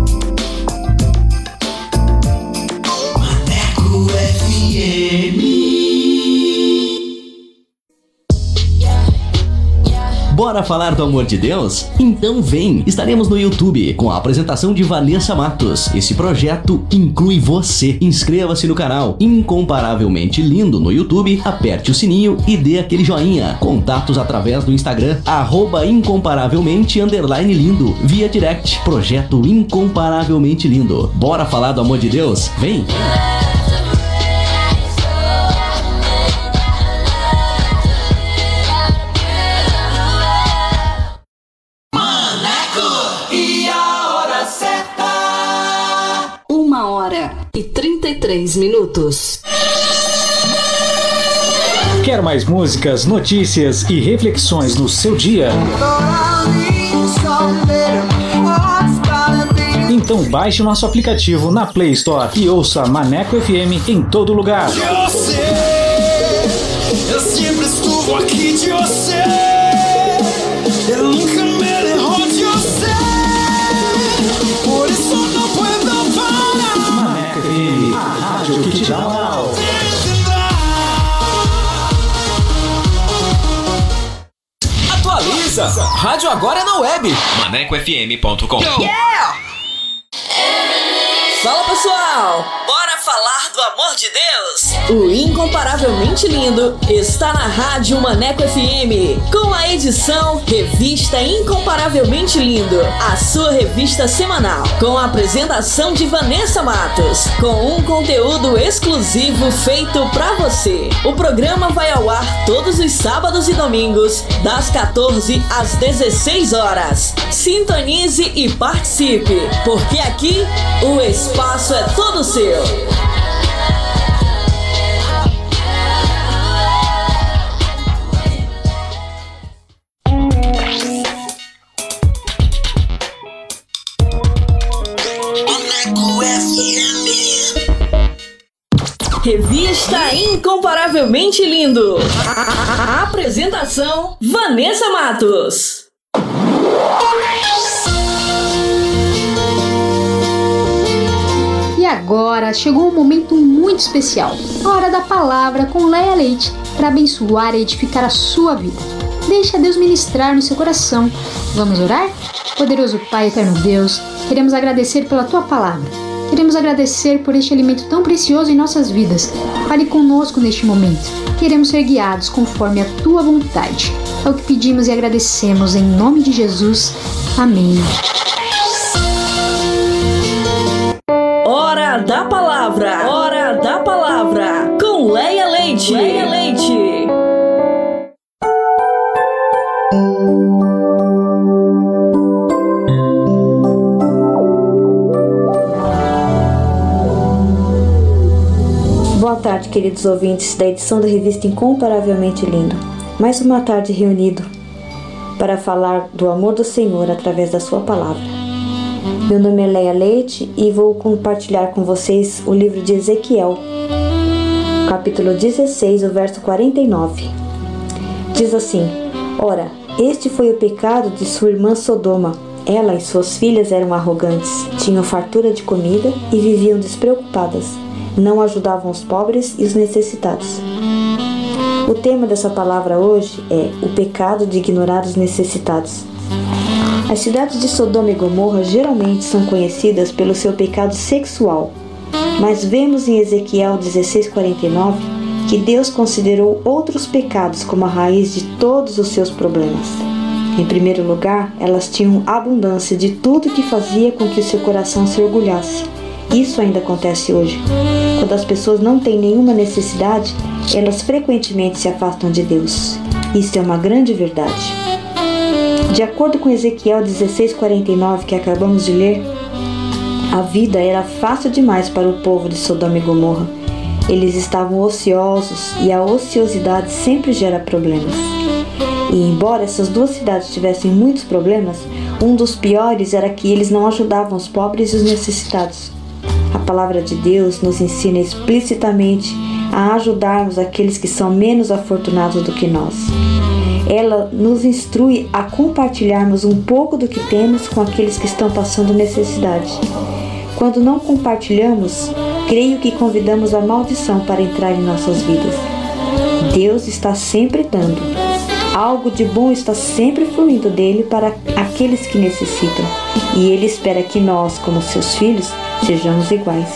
Maneco FM. Bora falar do amor de Deus? Então vem! Estaremos no YouTube com a apresentação de Vanessa Matos. Esse projeto inclui você. Inscreva-se no canal Incomparavelmente Lindo no YouTube, aperte o sininho e dê aquele joinha. Contatos através do Instagram @incomparavelmente_lindo via direct. Projeto Incomparavelmente Lindo. Bora falar do amor de Deus? Vem! E 33 minutos. Quer mais músicas, notícias e reflexões no seu dia? Então baixe o nosso aplicativo na Play Store e ouça Maneco FM em todo lugar. Eu sempre estou aqui de você. Eu nunca me erro de você. Por isso não puedo parar. Maneco FM, a rádio que te dá moral. Atualiza! Rádio agora é na web. ManecoFM.com. Yeah! Fala pessoal! Bora falar do amor de Deus? O Incomparavelmente Lindo está na Rádio Maneco FM, com a edição Revista Incomparavelmente Lindo, a sua revista semanal, com a apresentação de Vanessa Matos, com um conteúdo exclusivo feito pra você. O programa vai ao ar todos os sábados e domingos, das 14 às 16 horas. Sintonize e participe, porque aqui o espaço é todo seu. Revista Incomparavelmente Lindo. A apresentação: Vanessa Matos. E agora chegou um momento muito especial, a hora da palavra com Leia Leite, para abençoar e edificar a sua vida. Deixa Deus ministrar no seu coração. Vamos orar? Poderoso Pai, eterno Deus, queremos agradecer pela tua palavra. Queremos agradecer por este alimento tão precioso em nossas vidas. Fale conosco neste momento. Queremos ser guiados conforme a tua vontade. É o que pedimos e agradecemos em nome de Jesus. Amém. Hora da palavra. Hora da palavra. Com Leia Leite. Leia Leite. Boa tarde, queridos ouvintes da edição da revista Incomparavelmente Lindo. Mais uma tarde reunido para falar do amor do Senhor através da sua palavra. Meu nome é Leia Leite e vou compartilhar com vocês o livro de Ezequiel, capítulo 16, o verso 49. Diz assim: Ora, este foi o pecado de sua irmã Sodoma. Ela e suas filhas eram arrogantes, tinham fartura de comida e viviam despreocupadas. Não ajudavam os pobres e os necessitados. O tema dessa palavra hoje é o pecado de ignorar os necessitados. As cidades de Sodoma e Gomorra geralmente são conhecidas pelo seu pecado sexual, mas vemos em Ezequiel 16:49 que Deus considerou outros pecados como a raiz de todos os seus problemas. Em primeiro lugar, elas tinham abundância de tudo que fazia com que o seu coração se orgulhasse. Isso ainda acontece hoje. Quando as pessoas não têm nenhuma necessidade, elas frequentemente se afastam de Deus. Isso é uma grande verdade. De acordo com Ezequiel 16:49 que acabamos de ler, a vida era fácil demais para o povo de Sodoma e Gomorra. Eles estavam ociosos e a ociosidade sempre gera problemas. E embora essas duas cidades tivessem muitos problemas, um dos piores era que eles não ajudavam os pobres e os necessitados. A palavra de Deus nos ensina explicitamente a ajudarmos aqueles que são menos afortunados do que nós. Ela nos instrui a compartilharmos um pouco do que temos com aqueles que estão passando necessidade. Quando não compartilhamos, creio que convidamos a maldição para entrar em nossas vidas. Deus está sempre dando. Algo de bom está sempre fluindo dele para aqueles que necessitam. E ele espera que nós, como seus filhos, sejamos iguais.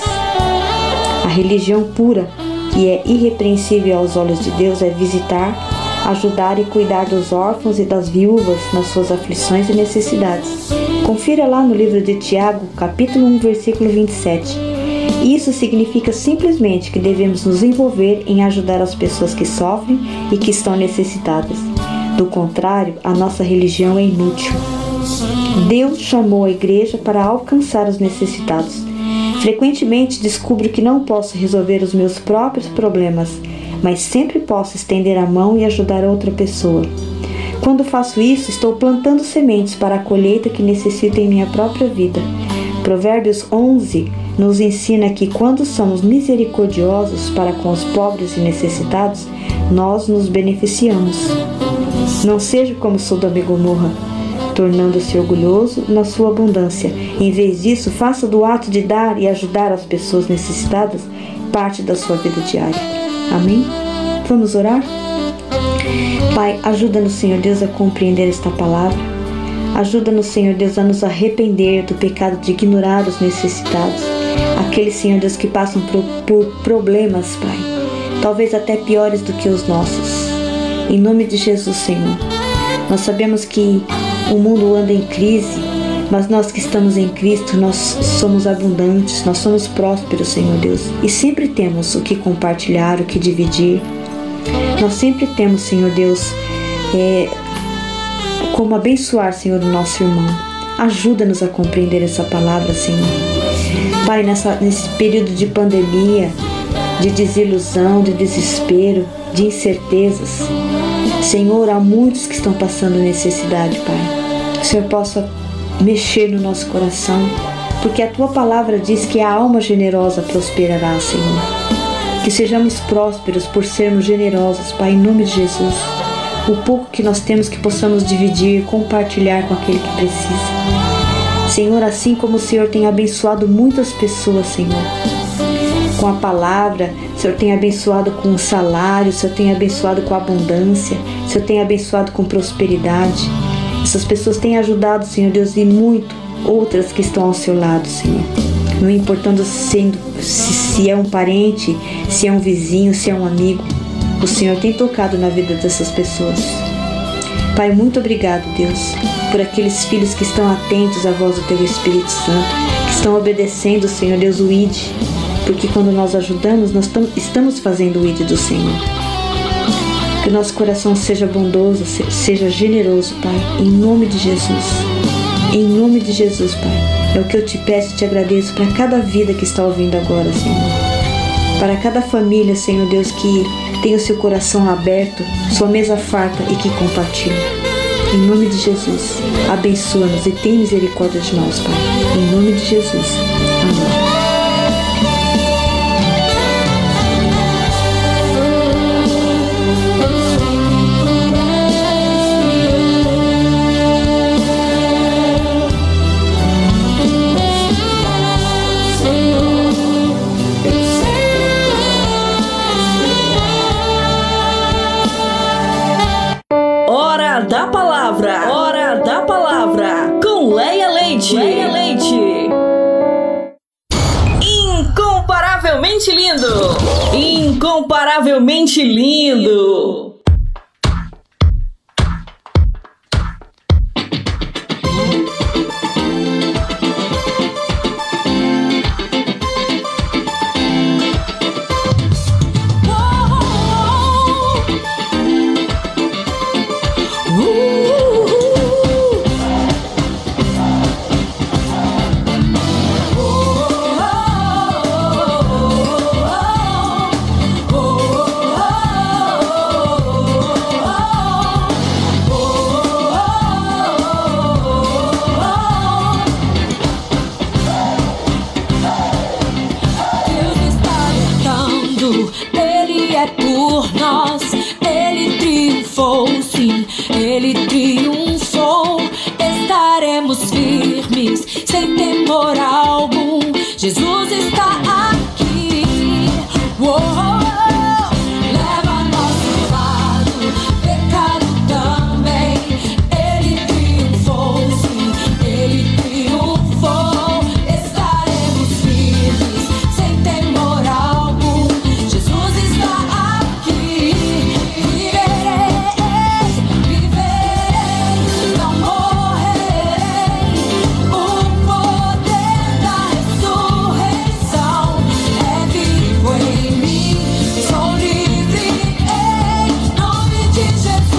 A religião pura, que é irrepreensível aos olhos de Deus, é visitar, ajudar e cuidar dos órfãos e das viúvas nas suas aflições e necessidades. Confira lá no livro de Tiago, capítulo 1, versículo 27. Isso significa simplesmente que devemos nos envolver em ajudar as pessoas que sofrem e que estão necessitadas. Do contrário, a nossa religião é inútil. Deus chamou a igreja para alcançar os necessitados. Frequentemente descubro que não posso resolver os meus próprios problemas, mas sempre posso estender a mão e ajudar outra pessoa. Quando faço isso, estou plantando sementes para a colheita que necessito em minha própria vida. Provérbios 11 nos ensina que quando somos misericordiosos para com os pobres e necessitados, nós nos beneficiamos. Não seja como Sodoma e Gomorra, tornando-se orgulhoso na sua abundância. Em vez disso, faça do ato de dar e ajudar as pessoas necessitadas parte da sua vida diária. Amém? Vamos orar? Pai, ajuda-nos, Senhor Deus, a compreender esta palavra. Ajuda-nos, Senhor Deus, a nos arrepender do pecado de ignorar os necessitados. Aqueles, Senhor Deus, que passam por problemas, Pai, talvez até piores do que os nossos. Em nome de Jesus, Senhor. Nós sabemos que o mundo anda em crise, mas nós que estamos em Cristo, nós somos abundantes, nós somos prósperos, Senhor Deus. E sempre temos o que compartilhar, o que dividir. Nós sempre temos, Senhor Deus, como abençoar, Senhor, o nosso irmão. Ajuda-nos a compreender essa palavra, Senhor. Pai, nesse período de pandemia, de desilusão, de desespero, de incertezas, Senhor, há muitos que estão passando necessidade, Pai. Que o Senhor possa mexer no nosso coração, porque a Tua palavra diz que a alma generosa prosperará, Senhor. Que sejamos prósperos por sermos generosos, Pai, em nome de Jesus. O pouco que nós temos que possamos dividir, compartilhar com aquele que precisa. Senhor, assim como o Senhor tem abençoado muitas pessoas, Senhor, com a palavra, o Senhor tem abençoado com o salário, o Senhor tem abençoado com a abundância, o Senhor tem abençoado com prosperidade. Essas pessoas têm ajudado, Senhor Deus, e muito outras que estão ao seu lado, Senhor. Não importando se é um parente, se é um vizinho, se é um amigo, o Senhor tem tocado na vida dessas pessoas. Pai, muito obrigado, Deus, por aqueles filhos que estão atentos à voz do Teu Espírito Santo, que estão obedecendo, Senhor Deus, o ID, porque quando nós ajudamos, nós estamos fazendo o ID do Senhor. Que o nosso coração seja bondoso, seja generoso, Pai, em nome de Jesus. Em nome de Jesus, Pai. É o que eu te peço e te agradeço para cada vida que está ouvindo agora, Senhor. Para cada família, Senhor Deus, que tem o seu coração aberto, sua mesa farta e que compartilha. Em nome de Jesus, abençoa-nos e tem misericórdia de nós, Pai. Em nome de Jesus. Amém. Hora da Palavra, com Leia Leite. Incomparavelmente lindo. Incomparavelmente lindo. temor algum, Jesus está aqui. Leva nosso fardo, pecado também. Ele triunfou, sim, ele triunfou. Estaremos firmes, sem temor algum, Jesus está aqui. Viverei, não morrerei. O poder da ressurreição é vivo em mim. Sou livre em nome de Jesus.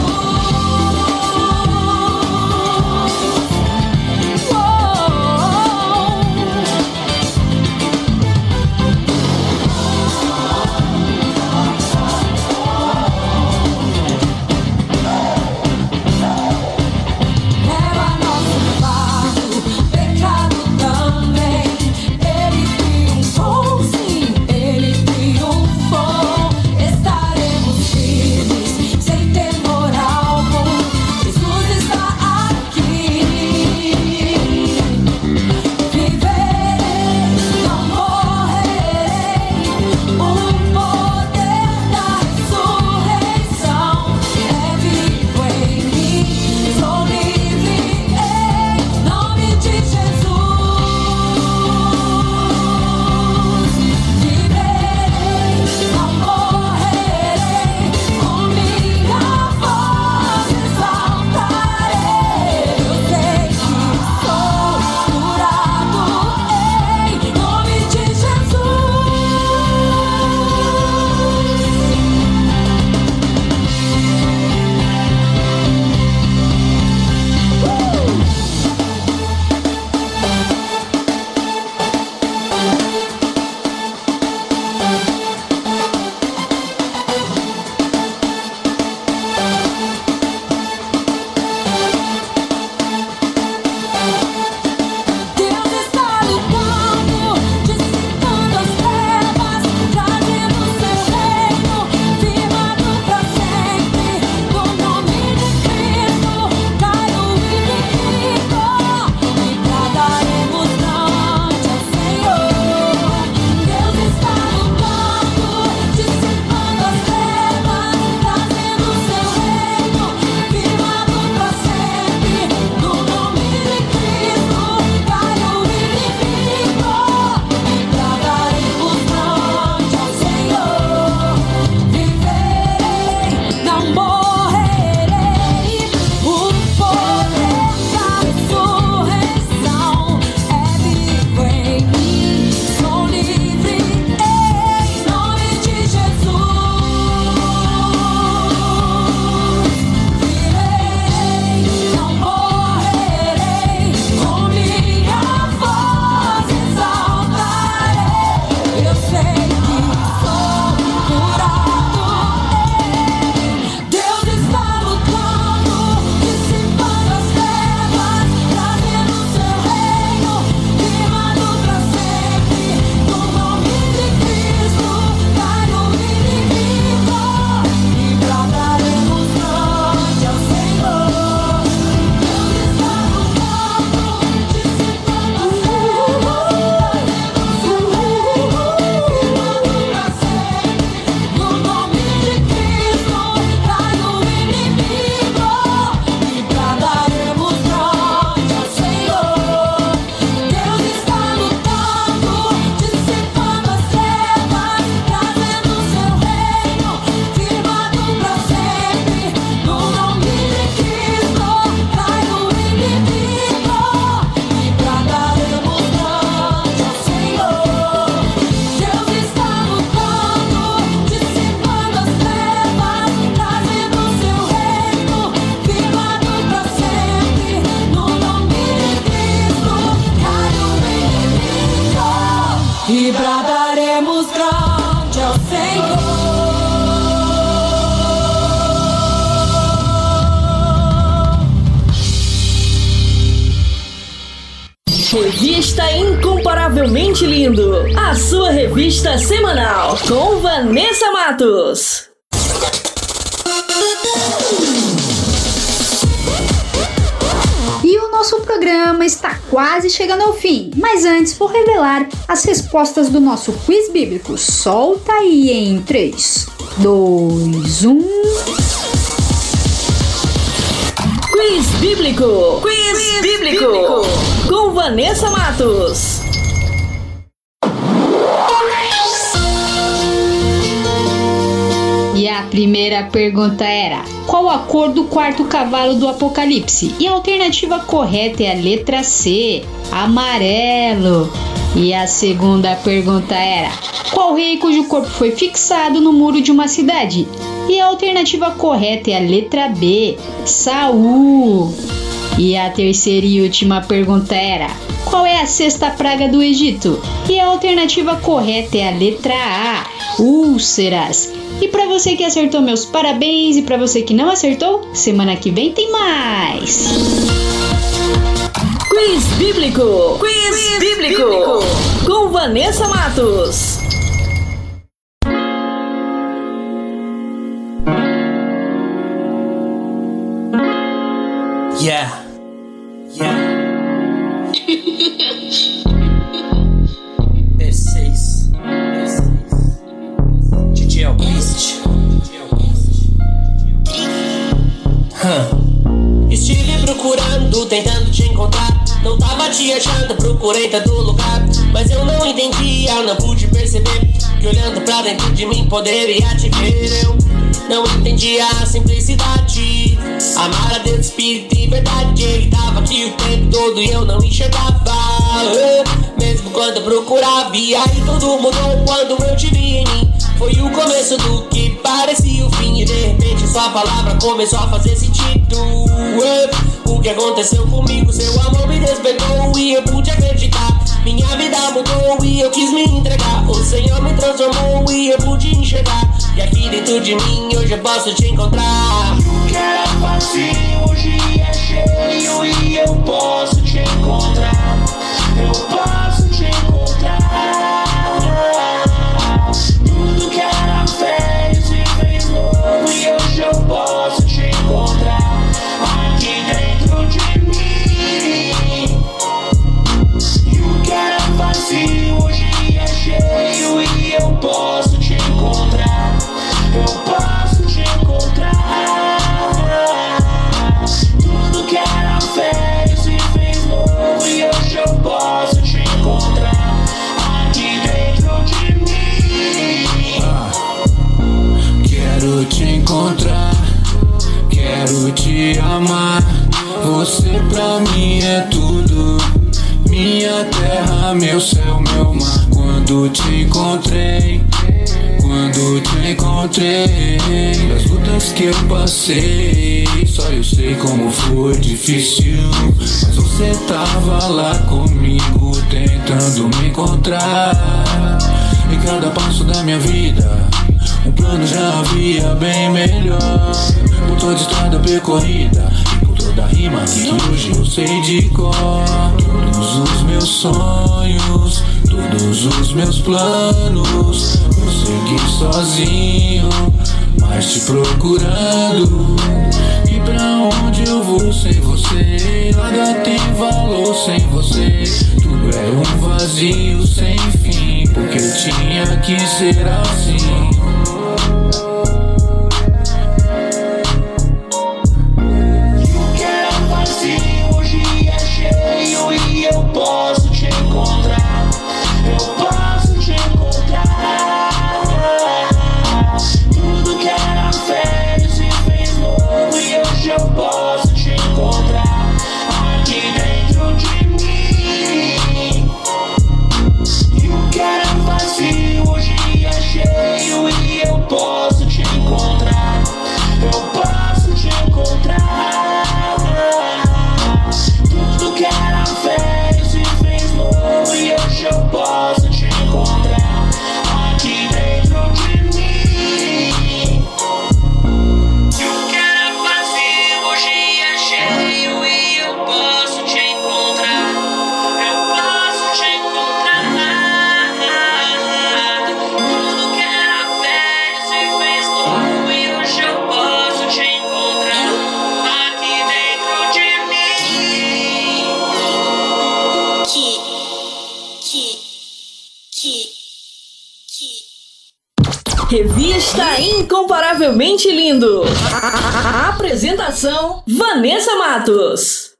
Leva nosso fardo, pecado também. Ele triunfou, sim, ele triunfou. Estaremos firmes, sem temor algum, Jesus está aqui. Viverei, não morrerei. O poder da ressurreição é vivo em mim. Sou livre em nome de Jesus. Viverei, não morrerei. Com minha voz exaltarei. Eu sei que sou curado em nome de Jesus. Deus está lutando, dissipando as trevas, trazendo seu reino, firmado pra sempre. No nome de Cristo, cai o inimigo e bradaremos grande ao Senhor. Deus está lutando, dissipando as trevas, trazendo seu reino, firmado pra sempre. No nome de Cristo, cai o inimigo e bradaremos grande ao Senhor. Viverei, não morrerei. O poder da ressurreição é vivo em mim. Sou livre em nome de Jesus. Viverei, não morrerei. Com minha voz exaltarei. Eu sei que sou curado. Deus está lutando, dissipando as trevas, trazendo seu reino, firmado pra sempre. No nome de Cristo, cai o inimigo e bradaremos grande ao Senhor. Deus está lutando, dissipando as trevas, trazendo seu reino, firmado pra sempre. No nome de Cristo, cai o inimigo e bradaremos grande ao Senhor. Deus está lutando, dissipando as trevas, trazendo seu reino, firmado pra sempre. No nome de Cristo, cai o inimigo e bradaremos grande ao Senhor. Deus está lutando, dissipando as trevas, trazendo seu reino, firmado pra sempre. No nome de Cristo, cai o inimigo e bradaremos grande ao Senhor. Revista Incomparavelmente Lindo, a sua revista semanal com Vanessa Matos. E o nosso programa está quase chegando ao fim, mas antes vou revelar as respostas do nosso quiz bíblico. Solta aí em 3, 2, 1... Quiz Bíblico! Quiz Bíblico! Com Vanessa Matos. E a primeira pergunta era: qual a cor do quarto cavalo do Apocalipse? E a alternativa correta é a letra C, amarelo. E a segunda pergunta era: qual rei cujo corpo foi fixado no muro de uma cidade? E a alternativa correta é a letra B, Saul. E a terceira e última pergunta era: qual é a sexta praga do Egito? E a alternativa correta é a letra A, úlceras. E para você que acertou, meus parabéns, e para você que não acertou, semana que vem tem mais. Quiz Bíblico! Quiz Bíblico! Com Vanessa Matos. Yeah. B6 DJ Alpiste. Estive procurando, tentando te encontrar. Não tava te achando, procurei todo lugar. Mas eu não entendia, não pude perceber que olhando pra dentro de mim poderia te ver. Eu não entendia a simplicidade, amar a Deus, Espírito e verdade. Ele tava aqui o tempo todo e eu não enxergava, mesmo quando eu procurava. E aí tudo mudou quando eu te vi em mim. Foi o começo do que parecia o fim. E de repente sua palavra começou a fazer sentido. O que aconteceu comigo? Seu amor me despertou e eu pude acreditar. Minha vida mudou e eu quis me entregar. O Senhor me transformou e eu pude enxergar. E aqui dentro de mim hoje eu posso te encontrar. O que era vazio hoje é cheio e eu posso te encontrar. Eu posso te encontrar. Tudo que era velho se fez novo e hoje eu posso te encontrar. Aqui dentro de mim. E o que era vazio hoje é cheio e eu posso te encontrar. Eu posso te encontrar. Tudo que era velho se fez novo e hoje eu posso te encontrar. Aqui dentro de mim. Quero te encontrar, quero te amar. Você pra mim é tudo, minha terra, meu céu, meu mar. Quando te encontrei, das lutas que eu passei, só eu sei como foi difícil. Mas você tava lá comigo, tentando me encontrar. Em cada passo da minha vida, um plano já havia bem melhor. Por toda estrada percorrida e por toda rima que hoje eu sei de cor. Todos os meus sonhos, todos os meus planos, eu segui sozinho, mas te procurando. E pra onde eu vou sem você? Nada tem valor sem você. Tudo é um vazio sem fim, porque tinha que ser assim. Eu posso te encontrar, eu posso te encontrar. Tudo que era velho se fez novo e hoje eu posso te encontrar. Aqui dentro de mim. E o que era vazio hoje é cheio Revista Incomparavelmente Lindo. Apresentação: Vanessa Matos.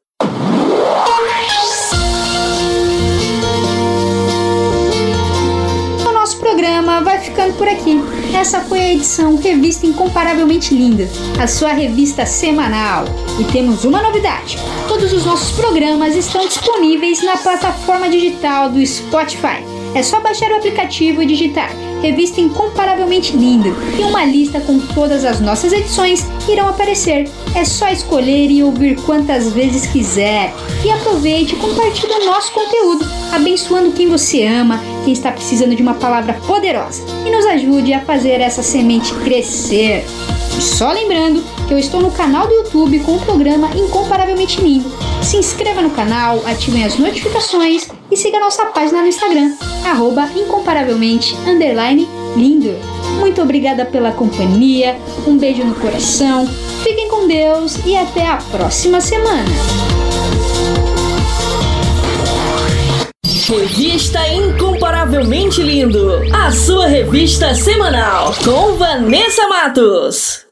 O nosso programa vai ficando por aqui. Essa foi a edição Revista Incomparavelmente Linda, a sua revista semanal. E temos uma novidade: todos os nossos programas estão disponíveis na plataforma digital do Spotify. É só baixar o aplicativo e digitar Revista Incomparavelmente Linda e uma lista com todas as nossas edições irão aparecer. É só escolher e ouvir quantas vezes quiser. E aproveite e compartilhe o nosso conteúdo, abençoando quem você ama, quem está precisando de uma palavra poderosa, e nos ajude a fazer essa semente crescer. E só lembrando que eu estou no canal do YouTube com o programa Incomparavelmente Lindo. Se inscreva no canal, ativem as notificações e siga nossa página no Instagram, @incomparavelmente_lindo. Muito obrigada pela companhia, um beijo no coração, fiquem com Deus e até a próxima semana. Revista Incomparavelmente Lindo, a sua revista semanal com Vanessa Matos.